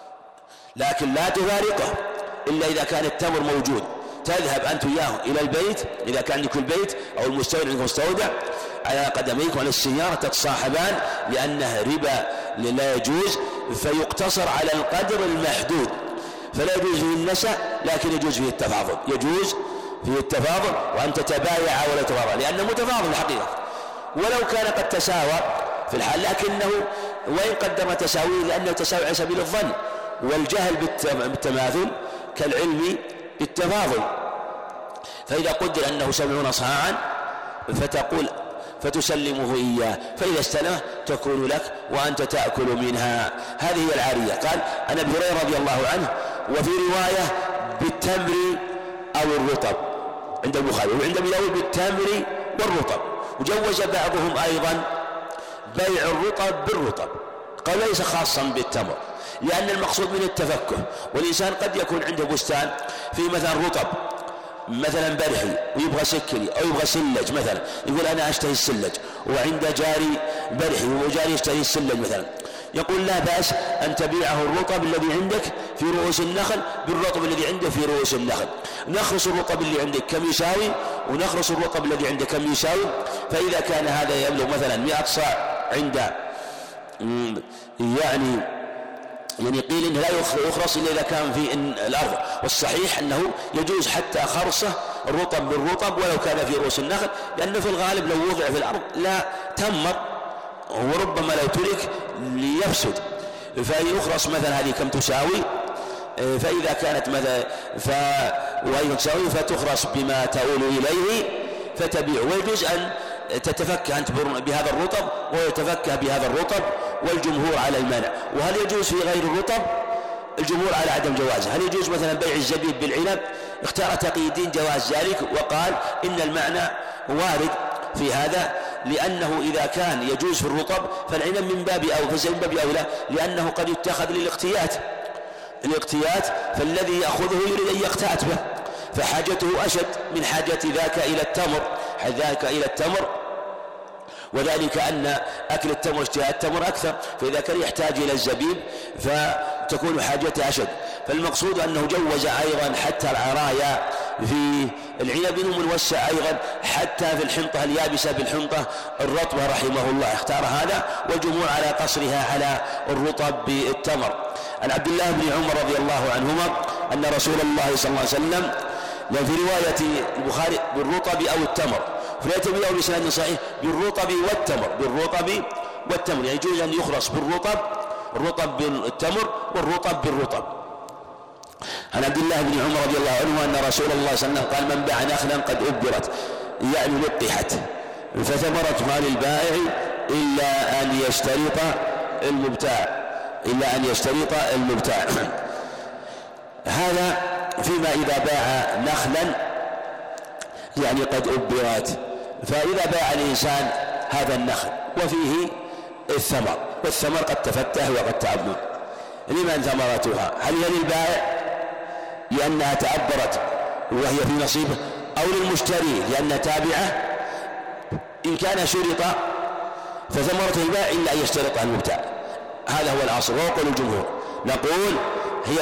لكن لا تفارقه إلا إذا كان التمر موجود. تذهب أنت إياه إلى البيت إذا كان عندك البيت أو المستودع عندك مستودع على قدميك وعلى السيارة تتصاحبان لأنه ربا لا يجوز فيقتصر على القدر المحدود، فلا يجوز فيه النسأ لكن يجوز فيه التفاضل، يجوز فيه التفاضل وأن تتبايع ولا تفاضل لأنه متفاضل الحقيقة ولو كان قد تساوى في الحال، لكنه وإن قدم تساويه لأنه تساوي على سبيل الظن والجهل بالتماثل كالعلم بالتفاضل. فإذا قدر أنه 70 صاعا فتقول فتسلمه إياه، فإذا استلمه تكون لك وأنت تأكل منها. هذه هي العارية. قال عن أبي هريرة رضي الله عنه: وفي رواية بالتمر أو الرطب عند البخاري، وعند أبي داود بالتمر والرطب. وجوز بعضهم أيضا بيع الرطب بالرطب، قال ليس خاصا بالتمر، لأن المقصود من التفكه. والإنسان قد يكون عنده بستان في مثلا رطب، مثلا برحي، ويبغى سكري أو يبغى سلج مثلا، يقول أنا أشتهي السلج، وعند جاري برحي وجاري يشتهي السلج مثلا، يقول لا بأس أن تبيعه الرطب الذي عندك في رؤوس النخل بالرطب الذي عنده في رؤوس النخل. نخرص الرطب اللي عندك كم يساوي، ونخرص الرطب الذي عندك كم يساوي. فإذا كان هذا يبلغ مثلا 100 صاع عند يعني قيل إنه لا يخرص إلا إذا كان في الأرض، والصحيح أنه يجوز حتى خرصه الرطب بالرطب ولو كان في رؤوس النخل، لأنه في الغالب لو وضع في الأرض لا تمر، وربما لو ترك ليفسد. فيخرص مثلا هذه كم تساوي، فإذا كانت وهي تساوي فتخرص بما تؤول إليه فتبيع. ويجوز أن تتفكه أنت بهذا الرطب ويتفكه بهذا الرطب، والجمهور على المنع. وهل يجوز في غير الرطب؟ الجمهور على عدم جوازه. هل يجوز مثلا بيع الزبيب بالعنب؟ اختار تقي الدين جواز ذلك، وقال إن المعنى وارد في هذا، لأنه إذا كان يجوز في الرطب فالعنب من باب أو فالزبيب من باب أولى، لأنه قد يتخذ للاقتيات، فالذي يأخذه يريد أن يقتات به، فحاجته أشد من حاجة ذاك إلى التمر، وذلك أن أكل التمر اشتهاء التمر أكثر، فإذا كان يحتاج إلى الزبيب فتكون حاجته أشد. فالمقصود أنه جوز أيضا حتى العرايا في العنب، وموسع أيضا حتى في الحنطة اليابسة بالحنطة الرطبة رحمه الله، اختار هذا، والجمهور على قصرها على الرطب بالتمر. عن عبد الله بن عمر رضي الله عنهما أن رسول الله صلى الله عليه وسلم، في رواية البخاري بالرطب أو التمر، في رواية أبي داود بسند صحيح بالرطب والتمر، يعني يجوز أن يخرص الرطب بالتمر والرطب بالرطب. عن عبد الله بن عمر رضي الله عنه أن رسول الله صلى الله عليه وسلم قال: من باع نخلا قد أبرت، يعني لقحت، فثمرت مال البائع إلا أن يشترط المبتاع. هذا فيما إذا باع نخلا يعني قد أبرت. فإذا باع الإنسان هذا النخل وفيه الثمر، والثمر قد تفتح وقد تعبد، لمن ثمرتها؟ هل هي للبائع لأنها تعبرت وهي في نصيبه، أو للمشتري لأنها تابعة؟ إن كان شرط فثمرته البائع إلا أن يشترطها المبتاع، هذا هو الأصل. ويقول الجمهور نقول هي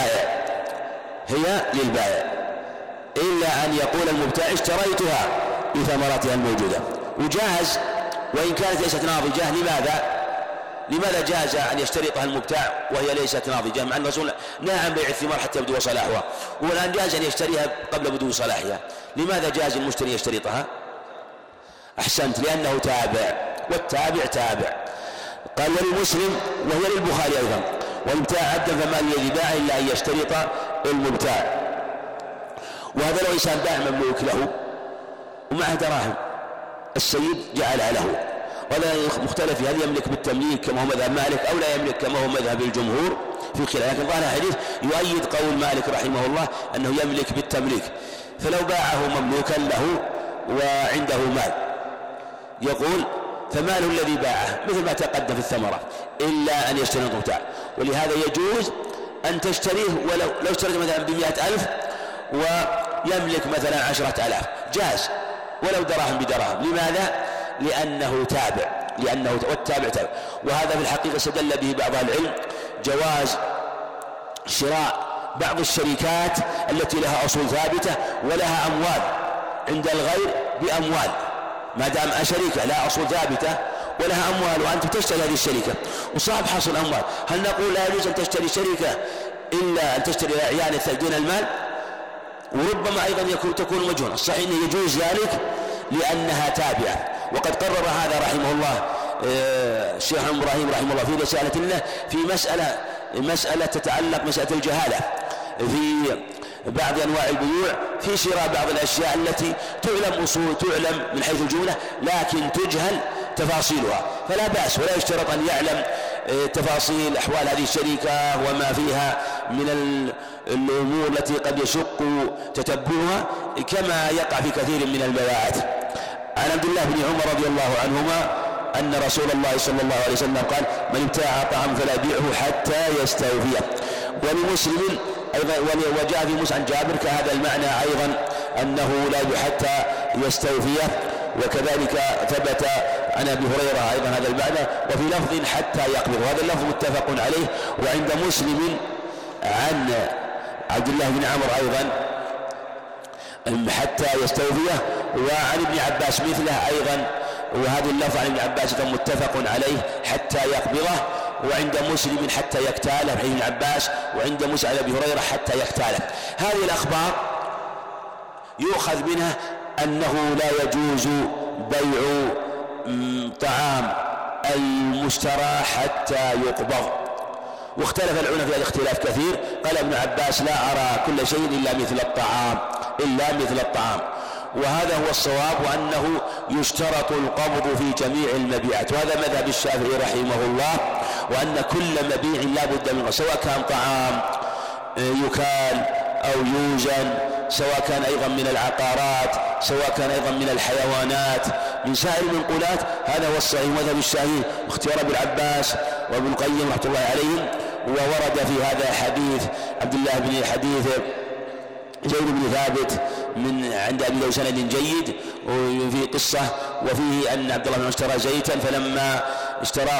للبائع إلا أن يقول المبتاع اشتريتها بثمرتها الموجودة. وجاز وإن كانت ليست ناضجة. لماذا جاز أن يشترطها المبتاع وهي ليست ناضجة، مع أن الرسول نهى عن بيع الثمار حتى يبدو صلاحها، والآن جاز أن يشتريها قبل بدو صلاحها؟ لماذا جاز المشتري يشترطها؟ أحسنت، لأنه تابع، والتابع تابع. قال: ولمسلم وهي للبخاري أيضا: والمبتاع عبدا فما الذي باع إلا أن يشترط المبتاع. وهذا لو إنسان باع مملوك له ومعه دراهم، السيد جعلها له، ولا مختلف هل يملك بالتمليك كما هو مذهب مالك أو لا يملك كما هو مذهب الجمهور في خلاف، لكن ظاهر الحديث يؤيد قول مالك رحمه الله أنه يملك بالتمليك. فلو باعه مملوكا له وعنده مال، يقول فماله الذي باعه مثل ما تقدم في الثمرة إلا أن يشتري المبتاع. ولهذا يجوز أن تشتريه لو اشتريت مثلا ب100,000 ويملك مثلا 10,000 جاز، ولو دراهم بدراهم. لماذا؟ لأنه تابع، والتابع تابع. وهذا في الحقيقة استدل به بعض العلم جواز شراء بعض الشركات التي لها أصول ثابتة ولها أموال عند الغير بأموال، ما دام شركة لها أصول ثابتة ولها أموال وأنت تشتري هذه الشركة وصعب حصل أموال، هل نقول لا يجوز أن تشتري شركة إلا أن تشتري أعيان دون المال؟ وربما أيضا تكون مجهولة. الصحيح أنه يجوز ذلك لأنها تابعة. وقد قرر هذا رحمه الله الشيخ إبراهيم رحمه الله في رسالة له في مسألة تتعلق مسألة الجهالة في بعض أنواع البيوع في شراء بعض الأشياء التي تعلم من حيث الجملة لكن تجهل تفاصيلها، فلا بأس ولا يشترط أن يعلم تفاصيل أحوال هذه الشركة وما فيها من الأمور التي قد يشق تتبعها كما يقع في كثير من البيعات. عن عبد الله بن عمر رضي الله عنهما أن رسول الله صلى الله عليه وسلم قال: من ابتاع طعام فلا يبيعه حتى يستوفيه. ولمسلم أيضا وجاء في مسلم عن جابر كهذا المعنى أيضا أنه لا يبيع حتى يستوفيه، وكذلك ثبت عن أبي هريرة أيضا هذا المعنى وفي لفظ حتى يقبض، وهذا اللفظ متفق عليه. وعند مسلم عن عبد الله بن عمرو أيضا حتى يستوفيه، وعن ابن عباس مثله أيضا، وهذا اللفظ عن ابن عباس متفق عليه حتى يقبضه. وعند مسلم حتى يكتاله ابن عباس، وعند مسلم عن أبي هريرة حتى يكتاله. هذه الأخبار يؤخذ منها أنه لا يجوز بيع طعام المشترى حتى يقبض. واختلف العلماء في هذا اختلاف كثير. قال ابن عباس: لا أرى كل شيء إلا مثل الطعام، وهذا هو الصواب، وأنه يشترط القبض في جميع المبيعات، وهذا مذهب الشافعي رحمه الله، وأن كل مبيع لا بد منه سواء كان طعام يكال أو يوزن، سواء كان أيضا من العقارات، سواء كان أيضا من الحيوانات، من سائر المنقولات. هذا هو الصحيح مذهب الشافعي واختيار ابن عباس وابن القيم رحمة الله عليهم. وورد في هذا حديث عبد الله بن حديث زيد بن ثابت من عند أبي داود سند جيد، وفي قصة وفيه أن عبد الله بن اشترى زيتا، فلما اشتراه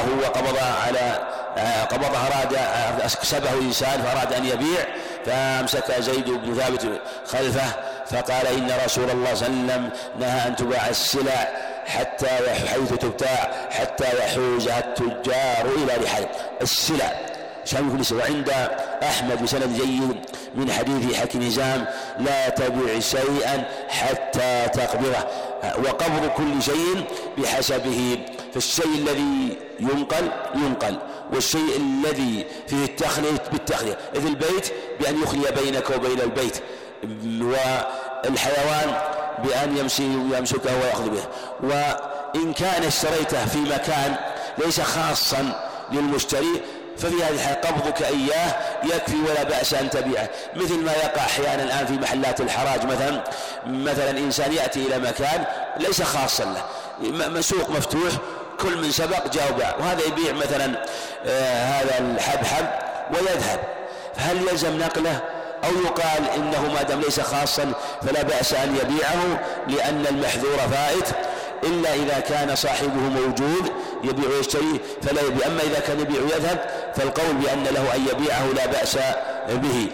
قبضه أراد أكسبه إنسان فأراد أن يبيع، فأمسك زيد بن ثابت خلفه فقال: إن رسول الله صلى الله عليه وسلم نهى أن تباع السلع حتى حيث تبتاع حتى يحوزها التجار إلى رحال السلع شامل كل شيء. وعند أحمد بسند جيد من حديث حكيم هزام: لا تبيع شيئا حتى تقبضه. وقبض كل شيء بحسبه، فالشيء الذي ينقل والشيء الذي فيه التخلية بالتخلية، إذ البيت بأن يخلي بينك وبين البيت، والحيوان بأن يمسكه ويأخذ به. وإن كان اشتريته في مكان ليس خاصا للمشتري ففي هذه الحالة قبضك إياه يكفي ولا بأس أن تبيعه، مثل ما يقع أحيانا الآن في محلات الحراج مثلا إنسان يأتي إلى مكان ليس خاصا له، سوق مفتوح كل من سبق جاء وباع، وهذا يبيع مثلا هذا الحبحب ويذهب، هل يلزم نقله أو يقال إنه ما دام ليس خاصا فلا بأس أن يبيعه لأن المحذور فائت، إلا إذا كان صاحبه موجود يبيع ويشتري فلا يبيع. أما إذا كان يبيع ويذهب فالقول بأن له أن يبيعه لا بأس به.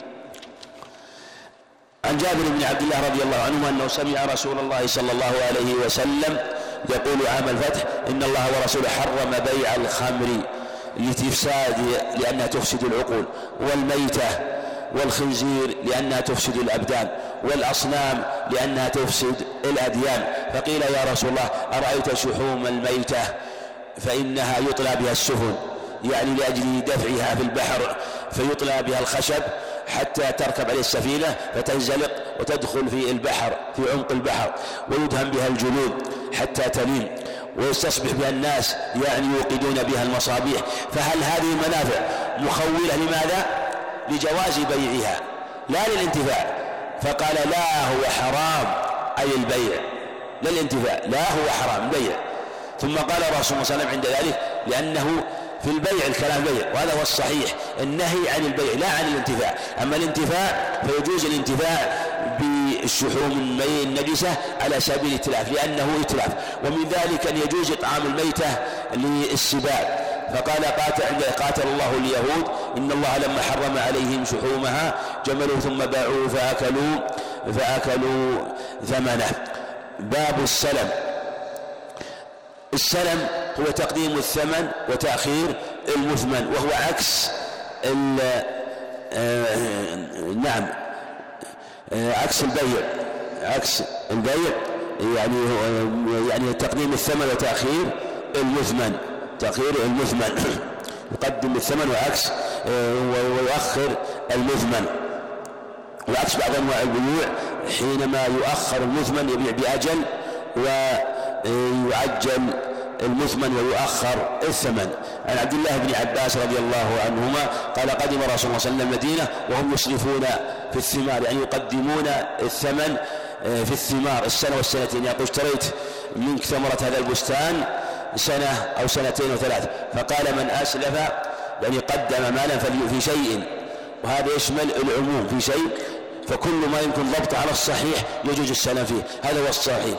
عن جابر بن عبد الله رضي الله عنه أنه سمع رسول الله صلى الله عليه وسلم يقول عام الفتح: إن الله ورسوله حرم بيع الخمر لتفساد لأنها تفسد العقول، والميتة والخنزير لأنها تفسد الأبدان، والأصنام لأنها تفسد الأديان. فقيل: يا رسول الله أرأيت شحوم الميتة فإنها يطلى بها السفن، يعني لأجل دفعها في البحر فيطلى بها الخشب حتى تركب عليه السفينة فتنزلق وتدخل في البحر في عمق البحر، ويدهن بها الجلود حتى تلين، ويستصبح بها الناس يعني يوقدون بها المصابيح. فهل هذه المنافع مخولة لماذا؟ لجواز بيعها لا للانتفاع. فقال: لا هو حرام، أي البيع لا الانتفاع، لا هو حرام البيع. ثم قال الرسول صلى الله عليه وسلم عند ذلك لأنه في البيع الكلام بيع، وهذا هو الصحيح، النهي عن البيع لا عن الانتفاع. أما الانتفاع فيجوز الانتفاع بالشحوم النجسة على سبيل الاتلاف لأنه اتلاف، ومن ذلك أن يجوز إطعام الميتة للسباع. فقال: قاتل الله اليهود إن الله لما حرم عليهم شحومها جملوا ثم باعوا فأكلوا ثمنه. باب السلم. السلم هو تقديم الثمن وتأخير المثمن، وهو عكس عكس البيع يعني تقديم الثمن وتأخير المثمن. يقدم الثمن وعكس ويؤخر المثمن. وعكس بعض أنواع البيوع حينما يؤخر المثمن يبيع بأجل ويعجل المثمن ويؤخر الثمن. عن عبد الله بن عباس رضي الله عنهما قال قدم رسول الله صلى الله عليه وسلم المدينة وهم يسرفون في الثمار، يعني يقدمون الثمن في الثمار السنة والسنتين. يقول اشتريت منك ثمرة هذا البستان سنة أو سنتين وثلاث، فقال من أسلف يعني قدم مالا في شيء، وهذا يشمل العموم في شيء، فكل ما يمكن ضبط على الصحيح يجوز السلام فيه، هذا هو الصحيح.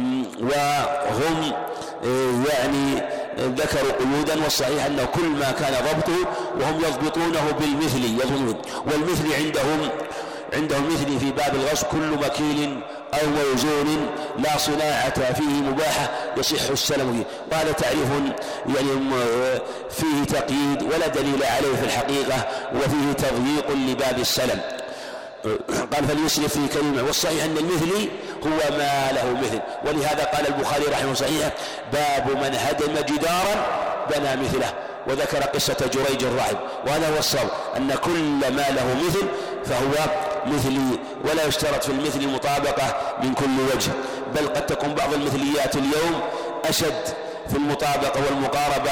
وهم يعني ذكروا قيودا، والصحيح أنه كل ما كان ضبطه وهم يضبطونه بالمثل يظنون، والمثل عندهم مثل في باب الغصب كل مكيل أو موزون لا صناعة فيه مباحة يصح السلم فيه. وهذا تعريف يعني فيه تقييد ولا دليل عليه في الحقيقة، وفيه تضييق لباب السلم. قال فليسرف في كلمة، والصحيح أن المثل هو ما له مثل، ولهذا قال البخاري رحمه الله صحيح باب من هدم جدارا بنى مثله، وذكر قصة جريج الراهب. وهذا هو الصواب، أن كل ما له مثل فهو مثلي، ولا يشترط في المثل مطابقة من كل وجه، بل قد تكون بعض المثليات اليوم أشد في المطابقة والمقاربة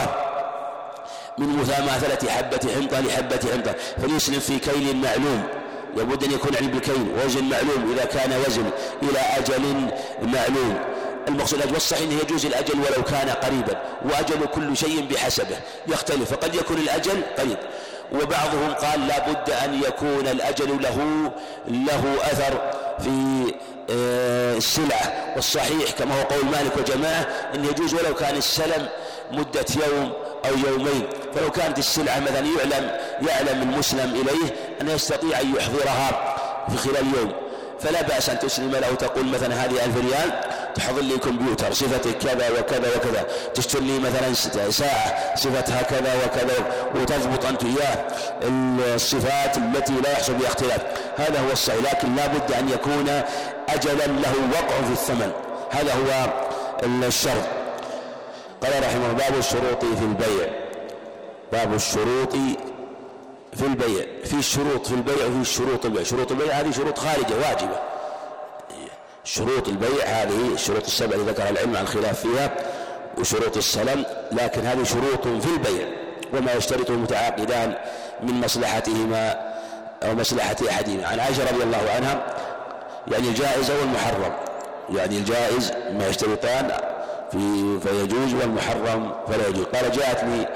من مماثلة حبة حنطة لحبة حنطة. فليسلم في كيل معلوم، لابد أن يكون علم بالكيل، وزن معلوم إذا كان وزن إلى أجل معلوم. المقصود الأجل، والصحيح أنه يجوز الأجل ولو كان قريبا، وأجل كل شيء بحسبه يختلف، فقد يكون الأجل قريب. وبعضهم قال لا بد أن يكون الأجل له أثر في السلعة، والصحيح كما هو قول مالك وجماعة أن يجوز ولو كان السلم مدة يوم أو يومين. فلو كانت السلعة مثلا يعلم المسلم إليه أن يستطيع أن يحضرها في خلال يوم، فلا بأس أن تسلم له وتقول مثلا هذه 1000 ريال تحضر لي كمبيوتر صفته كذا وكذا وكذا، تشتري لي مثلا ساعة صفتها كذا وكذا، وتضبط أنت إياه الصفات التي لا يحصل بها اختلاف. هذا هو الصحيح، لكن لا بد أن يكون أجلا له وقع في الثمن، هذا هو الشرط. قال رحمه الله باب الشروط في البيع. باب الشروط في البيع، في شروط في البيع وفي شروط البيع. شروط البيع هذه شروط خارجة واجبة، شروط البيع هذه الشروط السبع التي ذكر العلم عن الخلاف فيها، وشروط السلم، لكن هذه شروط في البيع وما يشترطه المتعاقدان من مصلحتهما أو مصلحة أحدهما. عن عائشة رضي الله عنها يعني الجائز والمحرم، يعني الجائز ما يشترطان فيجوز، والمحرم فلا يجوز. قال جاءتني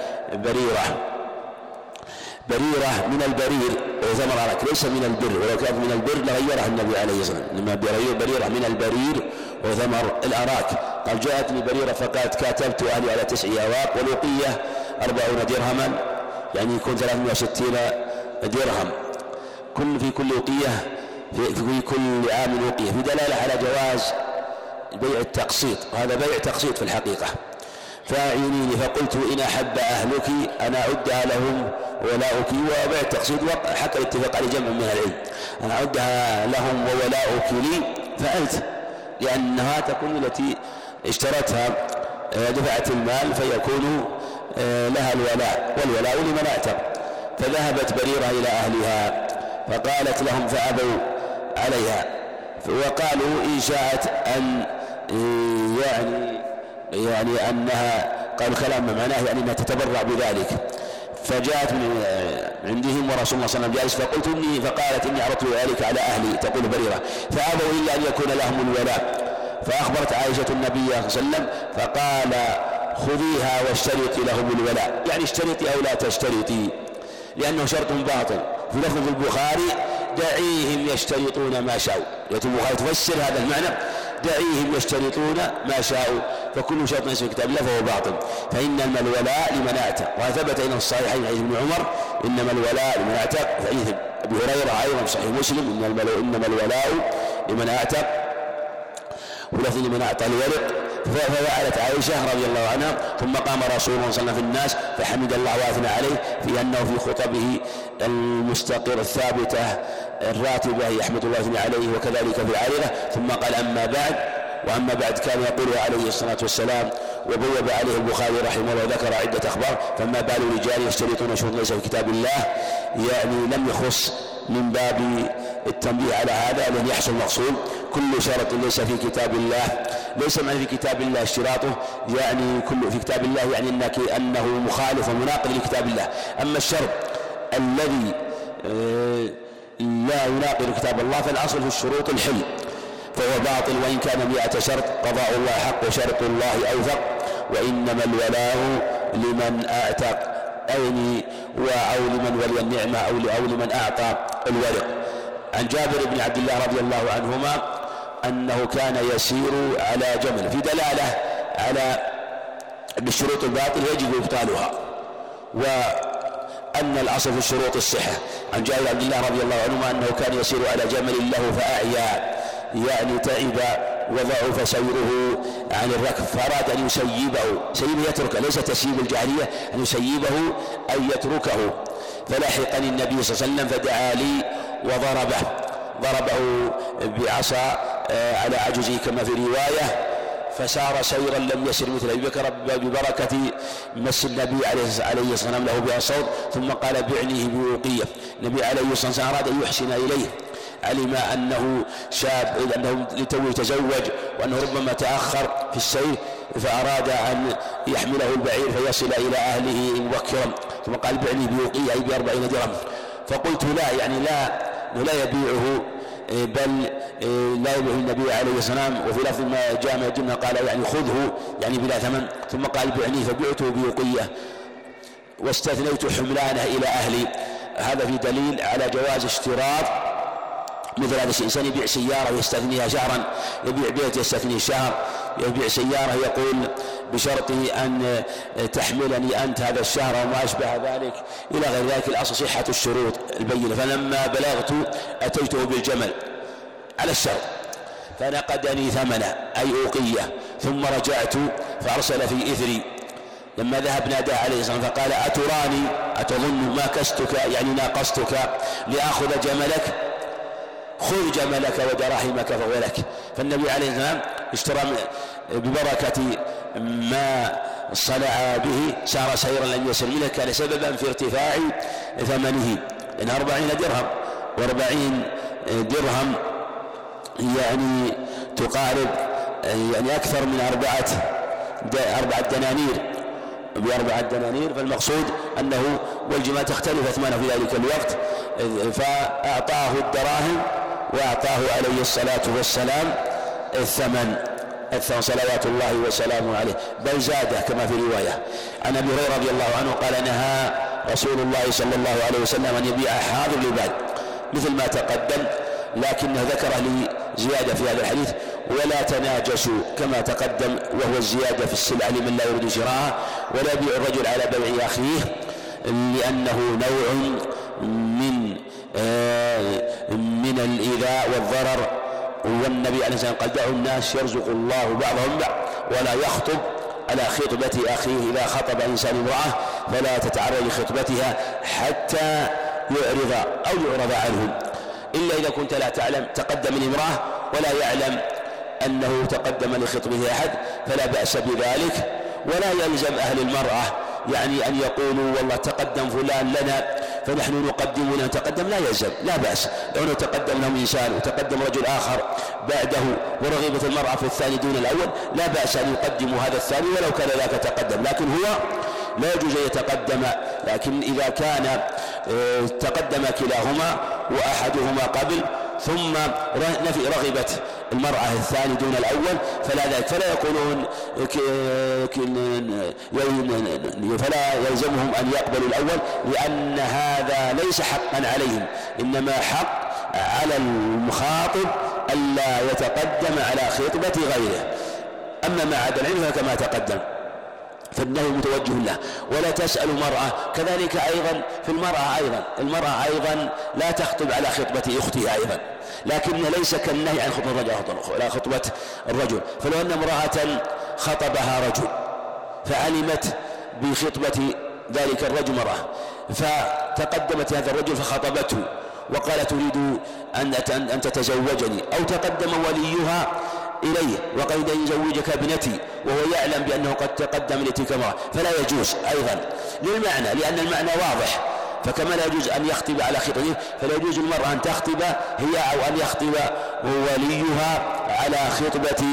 بريرة من البرير وثمر أراك، ليس من البر، ولو كانت من البر لغيرها النبي عليه الصلاة والسلام، لما بريرة من البرير وثمر الأراك. قال جاءتني بريرة فقالت كاتبت أهلي على 9 أواق، والوقية 40 درهما، يعني يكون 360 درهم في كل وقية، في كل عام وقية، في دلالة على جواز بيع التقسيط، وهذا بيع تقسيط في الحقيقة. فأعينيني، فقلت إن أحب أهلك أنا أعدها لهم وولاؤك. وبيع التقسيط حتى الاتفاق على جمع من العلم، أنا أعدها لهم وولاؤك لي، فألت، لأنها تكون التي اشترتها دفعت المال فيكون لها الولاء، والولاء لمن اعتق. فذهبت بريرة إلى أهلها فقالت لهم فأبوا عليها، وقالوا إن شاءت أن يعني أنها قالوا كلام معناه يعني أنها تتبرع بذلك. فجاءت من عندهم ورسول الله صلى الله عليه وسلم جالس، فقلت فقالت إني عرضت ذلك على أهلي، تقول بريرة، فأبوا إلا أن يكون لهم الولاء. فأخبرت عائشة النبي صلى الله عليه وسلم فقال خذيها واشترطي لهم الولاء، يعني اشترطي أو لا تشترطي، لأنه شرط باطل. في لفظ البخاري دعيهم يشترطون ما شاءوا، البخاري تفسر هذا المعنى دعيهم يشترطون ما شاءوا، فكل شرط ليس في كتاب الله فهو باطل. فإنما الولاء لمن اعتق، وثبت إلى الصحيحين حديث ابن عمر إنما الولاء لمن اعتق، حديث أبي هريرة أيضا صحيح مسلم إنما الولاء لمن اعتق، ولفظ لمن أعطى الورق. ففعلت عائشة رضي الله عنها، ثم قام رسول الله صلى الله عليه وسلم في الناس فحمد الله وأثنى عليه في أنه في خطبه المستقر الثابتة الراتبة يحمد الله وأثنى عليه، وكذلك في العارضة. ثم قال وأما بعد كان يقول عليه الصلاة والسلام، وبوب عليه البخاري رحمه الله وذكر عدة أخبار، فما بال رجال يشترطون شروط ليس في كتاب الله، يعني لم يخص من باب التنبيه على هذا لن يحصل مقصود. كل شرط ليس في كتاب الله، ليس معنى في كتاب الله اشتراطه يعني كل في كتاب الله يعني أنه مخالف ومناقض لكتاب الله. أما الشرط الذي لا يناقض كتاب الله فالأصل في الشروط الحل، فهو باطل وإن كان 100 شرط. قضاء الله حق وشرط الله أوثق، وإنما الولاء لمن أعتق أو لمن ولي النعمة أو لمن أعطى الورق. عن جابر بن عبد الله رضي الله عنهما أنه كان يسير على جمل، في دلالة على بالشروط الباطل يجب إبطالها، وأن الأصل في الشروط الصحة. عن جابر بن عبد الله رضي الله عنهما أنه كان يسير على جمل له فأعيا، يعني تعب وضعف سيره عن الركب، فأراد أن يسيبه يتركه، ليس تسييب الجاهلية، أن يسيبه أن يتركه. فلاحقني النبي صلى الله عليه وسلم فدعا لي ضربه بعصا على عجزه كما في رواية، فسار سيرا لم يسر مثل أبي بكر ببركة مس النبي عليه الصلاة والسلام له بها صوت. ثم قال بعنيه بوقية. النبي عليه الصلاة والسلام أراد أن يحسن إليه، علم أنه شاب لأنه لتو يتزوج وأنه ربما تأخر في السير، فأراد أن يحمله البعير فيصل إلى أهله مبكرا. ثم قال بعني بوقية أي ب40 درهم. فقلت لا، يعني لا يبيعه، بل لا يبيعه النبي عليه السلام. وفي لفظ ما جاء من الجنة قال يعني خذه يعني بلا ثمن. ثم قال بعني فبعته بوقية واستثنيت حملانه إلى أهلي. هذا في دليل على جواز اشتراط مثل هذا الإنسان يبيع سيارة ويستثنيها شهرا، يبيع بيت يستثنيه شهر، يبيع سيارة يقول بشرط أن تحملني أنت هذا الشهر وما أشبه ذلك إلى غير ذلك. الأصل صحة الشروط البينة. فلما بلغت أتيته بالجمل على الشرط فنقدني ثمنه أي أوقية، ثم رجعت فأرسل في إثري. لما ذهب نادى عليه الصلاة فقال أتراني أتظن ما كستك يعني ناقصتك لآخذ جملك؟ خذ جملك ودراهمك فهو لك. فالنبي عليه السلام اشترى ببركة ما صنع به، سار سيرا لم يسر منه، كان سببا في ارتفاع ثمنه. إن 40 درهم، و40 درهم يعني تقارب يعني أكثر من 4 دنانير، ب4 دنانير. فالمقصود أنه والجماعة تختلف أثمانه في ذلك الوقت، فأعطاه الدراهم وأعطاه عليه الصلاة والسلام الثمن صلوات الله وسلامه عليه، بل زاده كما في رواية. عن أبي هريرة رضي الله عنه قال نهى رسول الله صلى الله عليه وسلم أن يبيع حاضر العباد مثل ما تقدم، لكنه ذكره لزيادة في هذا الحديث ولا تناجسوا كما تقدم، وهو الزيادة في السلع لمن لا يريد شراءها. ولا يبيع الرجل على بيع أخيه لأنه نوع من الإيذاء والضرر. والنبي عليه الصلاة والسلام قال دعوا الناس يرزق الله بعضهم بعض، ولا يخطب على خطبة أخيه. إذا خطب إنسان امرأة فلا تتعرض لخطبتها حتى يعرض أو يعرض عنه، إلا إذا كنت لا تعلم تقدم من امرأة ولا يعلم أنه تقدم لخطبه أحد فلا بأس بذلك. ولا يلزم أهل المرأة يعني أن يقولوا والله تقدم فلان لنا فنحن نقدم له، تقدم لا يلزم، لا بأس. لو تقدم لهم إنسان وتقدم رجل آخر بعده ورغبت المرأة في الثاني دون الأول لا بأس أن يقدموا هذا الثاني ولو كان ذاك تقدم، لكن هو لا يجوز أن يتقدم. لكن إذا كان تقدم كلاهما وأحدهما قبل ثم رغبت المرأة الثاني دون الأول فلا يقولون فلا يلزمهم أن يقبلوا الأول، لأن هذا ليس حقا عليهم، إنما حق على المخاطب ألا يتقدم على خطبة غيره. أما ما عدا العلم فكما تقدم فالنهي متوجه له. ولا تسأل مرأة كذلك أيضا في المرأة أيضا لا تخطب على خطبة أختها أيضا، لكن ليس كالنهي عن خطبة الرجل على خطبة الرجل. فلو أن امرأة خطبها رجل فعلمت بخطبة ذلك الرجل مرأة فتقدمت هذا الرجل فخطبته وقالت تريد أن تتزوجني، أو تقدم وليها إليه وقال أن يزوجك ابنتي وهو يعلم بأنه قد تقدم لتلك امرأة فلا يجوز أيضا للمعنى، لأن المعنى واضح فكما لا يجوز أن يخطب على خطبه فلا يجوز المرأة أن تخطب هي أو أن يخطب وليها على خطبة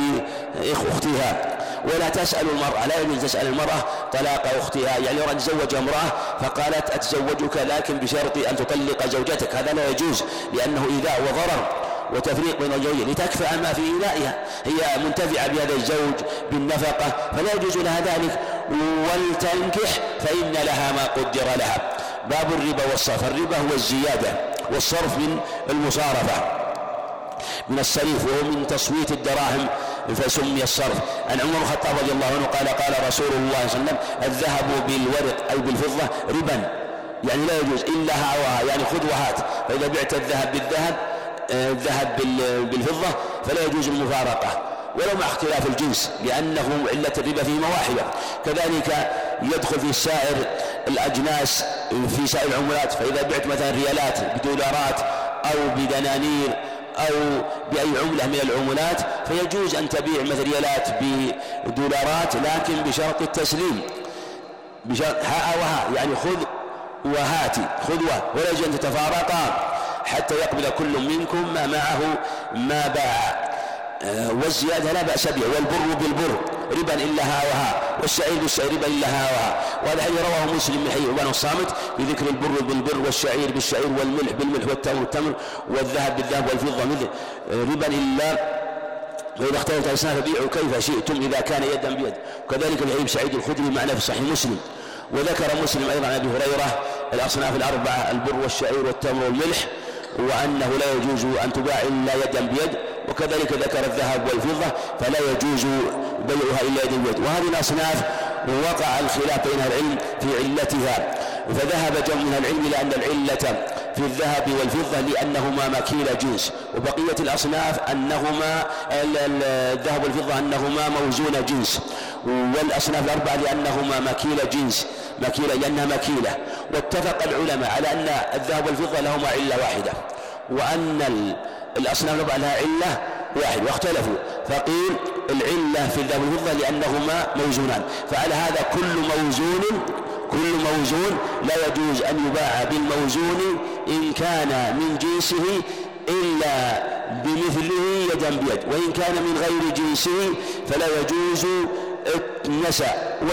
أختها. ولا تسأل المرأة، لا يجوز تسأل المرأة طلاق أختها، يعني لو أن تزوج امرأة فقالت أتزوجك لكن بشرط أن تطلق زوجتك، هذا لا يجوز لأنه إيذاء وضرر وتفريق بين الزوجين لتكفى ما في إيذائها، هي منتفعة بهذا الزوج بالنفقة فلا يجوز لها ذلك. ولتنكح فإن لها ما قدر لها. باب الربا والصرف. الربا هو الزيادة، والصرف من المصارفة من الصريف وهو من تصويت الدراهم فسمي الصرف. عن عمر بن الخطاب رضي الله عنه قال قال رسول الله صلى الله عليه وسلم الذهب بالورق أي بالفضة ربا، يعني لا يجوز إلا هاوها، يعني خذ وهات، فإذا بعت الذهب بالذهب الذهب بالفضة فلا يجوز المفارقة ولو مع اختلاف الجنس لأنه علة الربا فيهما واحدة. كذلك يدخل في سائر الأجناس في سائر العملات، فإذا بعت مثلا ريالات بدولارات أو بدنانير أو بأي عملة من العملات فيجوز أن تبيع مثل ريالات بدولارات لكن بشرط التسليم، بشرط ها وها، يعني خذ وهاتي، خذ ولا يجوز أن تتفارقا حتى يقبل كل منكم ما معه ما باع. والزيادة لا بأس بها. والبر بالبر ربا إلا ها وها، والشعير بالشعير ربا إلا ها وها. وهذا حديث رواه مسلم من حديث عبان الصامت بذكر البر بالبر والشعير بالشعير والملح بالملح والتمر بالتمر والذهب بالذهب والفضة مثل ربا إلا وإذا اختلفت الأصناف فبيعوا كيف شئتم إذا كان يدا بيد. وكذلك الحديث سعيد الخدري معناه في صحيح مسلم. وذكر مسلم أيضا عن أبي هريرة الأصناف الأربعة البر والشعير والتمر والملح وأنه لا يجوز أن تباع إلا يدا بيد. وكذلك ذكر الذهب والفضة فلا يجوز بيعها إلا يدا بيد. وهذه الأصناف وقع الخلاف بين العلم في علتها، فذهب جمع من العلم إلى أن العلة في الذهب والفضة لأنهما مكيل جنس، وبقية الأصناف أنهما الذهب والفضة أنهما موزون جنس، والأصناف الأربعة لأنهما مكيل جنس لأنها مكيلة. واتفق العلماء على أن الذهب والفضة لهما علة واحدة وأن الأصناف الأربعة لها علة واحد، واختلفوا فقيل العلة في الذهب والفضة لأنهما موزونان. فعلى هذا كل موزون لا يجوز أن يباع بالموزون إن كان من جنسه إلا بمثله يدا بيد، وإن كان من غير جنسه فلا يجوز النسع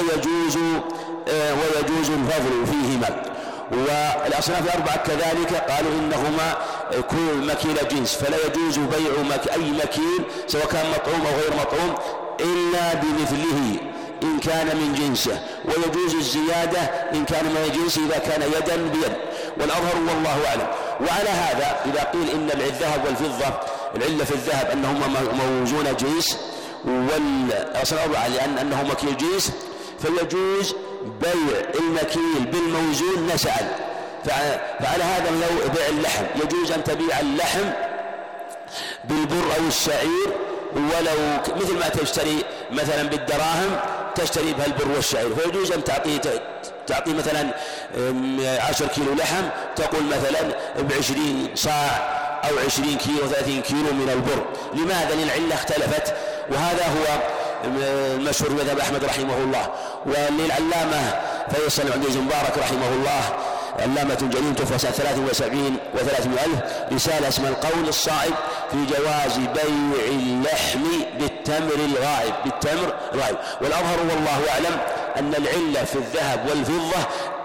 ويجوز الفضل فيهما. والأصناف الأربعة كذلك قالوا إنهما كل مكيل جنس فلا يجوز بيع أي مكيل سواء كان مطعوم أو غير مطعوم إلا بمثله إن كان من جنسه، ويجوز الزيادة إن كان من جنسه إذا كان يدا بيد، والأظهر والله أعلم. وعلى هذا إذا قيل إن الذهب والفضة العلة في الذهب أنهما موزون جنس والأصناف الأربعة لأنه مكيل جنس فيجوز بيع المكيل بالموزون نسعا. فعلى هذا لو بيع اللحم يجوز أن تبيع اللحم بالبر أو الشعير ولو مثل ما تشتري مثلا بالدراهم تشتري بها البر والشعير، فيجوز أن تعطي مثلا 10 كيلو لحم تقول مثلا ب20 صاع أو 20 كيلو 30 كيلو من البر. لماذا؟ لأن العلة اختلفت، وهذا هو المشهور مذهب أحمد رحمه الله. وللعلامة فيصل عبد مبارك رحمه الله علامة جليل توفى سنة 73 و300,000 رسالة اسمها القول الصائب في جواز بيع اللحم بالتمر الغائب والأظهر والله أعلم أن العلة في الذهب والفضة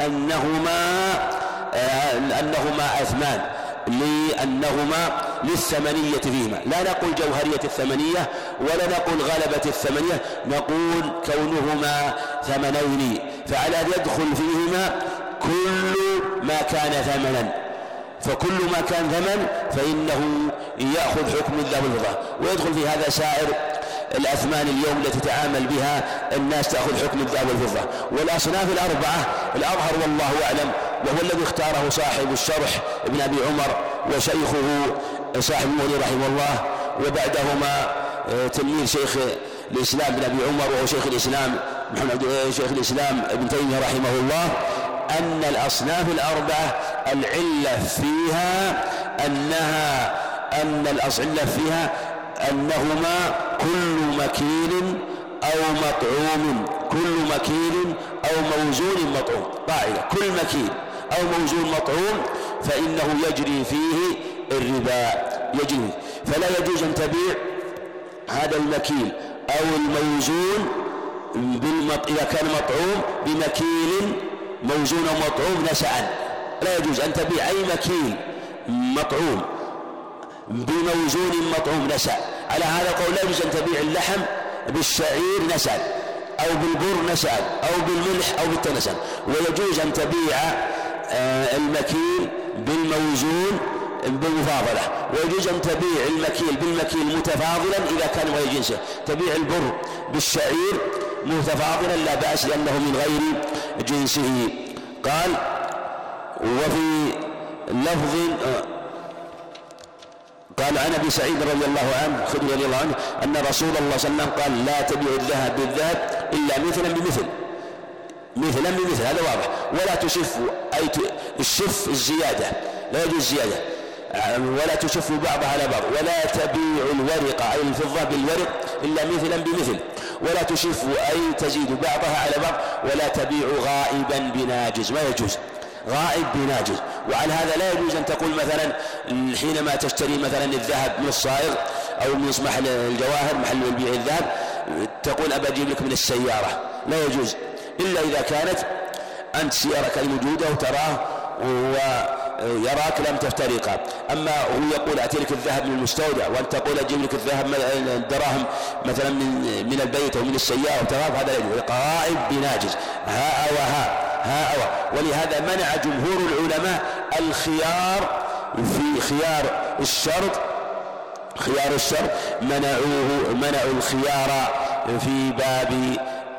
أنهما أثمان لأنهما للثمنية فيهما، لا نقول جوهرية الثمنية ولا نقول غلبة الثمنية، نقول كونهما ثمنين، فعلى يدخل فيهما كل ما كان ثمنا، فكل ما كان ثمن فإنه يأخذ حكم الذهب والفضة، ويدخل في هذا سائر الأثمان اليوم التي تتعامل بها الناس تأخذ حكم الذهب والفضة. والأصناف الأربعة الأظهر والله أعلم وهو الذي اختاره صاحب الشرح ابن أبي عمر وشيخه صاحب المغني رحمه الله، وبعدهما تلميذ شيخ الإسلام ابن أبي عمر وهو شيخ الإسلام ابن تيمية رحمه الله، أن الأصناف الأربعة العلة فيها أنهما كل مكيل أو مطعوم، كل مكيل أو موزون مطعوم، قاعدة كل مكيل أو موزون مطعوم فإنه يجري فيه الربا يجري. فلا يجوز أن تبيع هذا المكيل أو الموزون إذا كان مطعوم بمكيل موزون ومطعوم نسعا. لا يجوز أن تبيع أي مكيل مطعوم بموزون مطعوم نسع. على هذا القول لا يجوز أن تبيع اللحم بالشعير نسعا أو بالبر نسعا أو بالملح أو بالتنسن. ويجوز أن تبيع المكيل بالموزون بالمفاضلة، ويجوز أن تبيع المكيل بالمكيل متفاضلا إذا كان غير جنسه. تبيع البر بالشعير متفاضلا لا بأس لأنه من غير جنسه. قال وفي لفظ قال عن أبي سعيد رضي الله عنه خدري رضي الله عنه أن رسول الله صلى الله عليه وسلم قال لا تبيع الذهب بالذهب إلا مثلا بمثل، مثلا بمثل، هذا واضح. ولا تشف أي الشف الزيادة، لا يجوز زيادة، ولا تشف بعضها على بعض. ولا تبيع الورق أي الفضة بالورق إلا مثلا بمثل. ولا تشف أي تزيد بعضها على بعض. ولا تبيع غائبا بناجز، ما يجوز غائب بناجز. وعلى هذا لا يجوز أن تقول مثلا حينما تشتري مثلا الذهب من الصائغ أو من محل الجواهر محل بيع الذهب تقول أبى أجيب لك من السيارة، لا يجوز إلا إذا كانت أنت سيارك موجودة وتراه ويراك لم تفترقا. أما هو يقول أتي لك الذهب من المستودع وأنت تقول أجيب لك الذهب الدراهم مثلا من البيت أو من السيارة وتراه، هذا لا يجوز. غائب بناجز ها وها. ولهذا منع جمهور العلماء الخيار في خيار الشرط، خيار الشرط منعوا الخيار في باب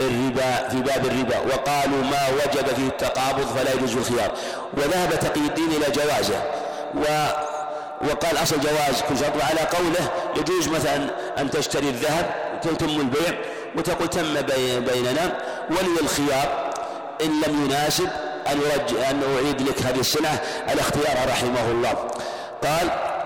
الربا وقالوا ما وجب فيه التقابض فلا يجوز الخيار. وذهب تقي الدين إلى جوازه وقال أصل جواز كل شرط. على قوله يجوز مثلا أن تشتري الذهب تتم البيع وتقول تم بيننا ولي الخيار إن لم يناسب أن أعيد لك هذه السلعة الاختيار رحمه الله. قال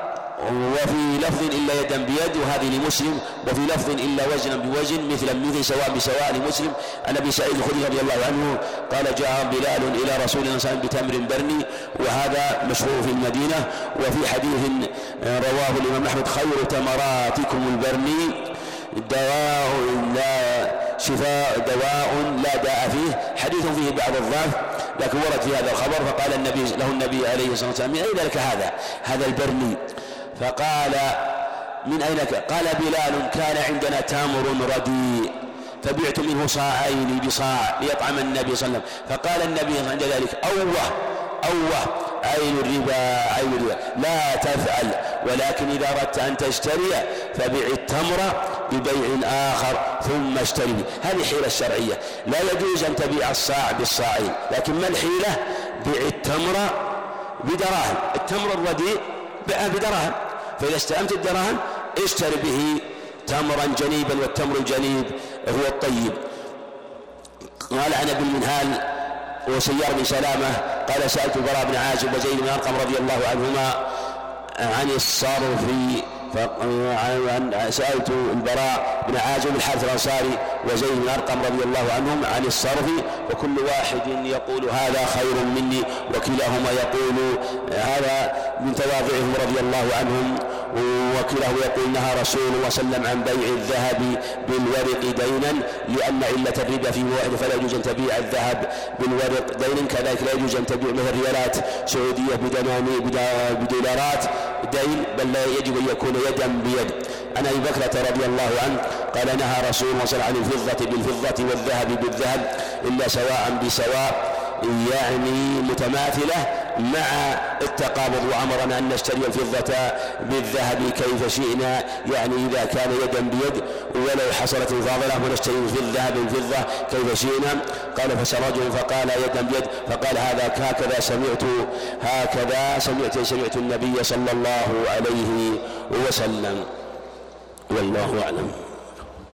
وفي لفظ إلا يدا بيد، وهذه لمسلم. وفي لفظ إلا وزنا بوزن مثلا مثل سواء بسواء لمسلم. عن أبي سعيد الخدري رضي الله عنه قال جاء بلال إلى رسول الله صلى الله عليه وسلم بتمر برني، وهذا مشهور في المدينة. وفي حديث رواه الإمام أحمد خير تمراتكم البرني دواء لا شفاء دواء لا داء فيه. حديث فيه بعض الضعف لكن ورد في هذا الخبر. فقال النبي عليه الصلاة والسلام من أين لك هذا البرني؟ فقال من أين لك؟ قال بلال كان عندنا تمر رديء فبعت منه صاعين بصاع ليطعم النبي صلى الله عليه وسلم. فقال النبي عند ذلك أوه عين الربا لا تفعل، ولكن إذا أردت أن تشتري فبيع التمر ببيع آخر ثم اشتري. هذه حيلة الشرعية. لا يجوز أن تبيع الصاع بالصاعين، لكن ما الحيلة؟ بيع التمر بدراهم، التمر الرديء بيع بدراهم، فإذا استلمت الدراهم اشتري به تمرا جنيبا، والتمر الجنيب هو الطيب. قال عن ابن المنهال وسيار بن سلامة قال سألت البراء بن عازب وزيد بن أرقم رضي الله عنهما عن الصرف. سألت البراء بن عازب الحارث الأنصاري وزيد بن أرقم رضي الله عنهم عن الصرف، وكل واحد يقول هذا خير مني، وكلاهما يقول هذا من تواضعهم رضي الله عنهم، وكلاهما يقول نهى رسول الله صلى الله عليه وسلم عن بيع الذهب بالورق دينا لأن علة الربا فيه واحد، فلا يجوز أن تبيع الذهب بالورق دينا. كذلك لا يجوز أن تبيع له ريالات سعودية بدولارات دين، بل لا يجب أن يكون يدا بيد. عن أبي بكرة رضي الله عنه قال نهى رسول الله صلى الله عليه وسلم عن الفضة بالفضة والذهب بالذهب إلا سواء بسواء، يعني متماثلة مع التقابض. وأمرنا أن نشتري الفضة بالذهب كيف شئنا، يعني إذا كان يدا بيد، ولو حصلت الفاضلة ونشتري في الذهب بالفضة كيف شئنا. قال فسرجه فقال يدا بيد، فقال هكذا سمعت النبي صلى الله عليه وسلم، والله أعلم.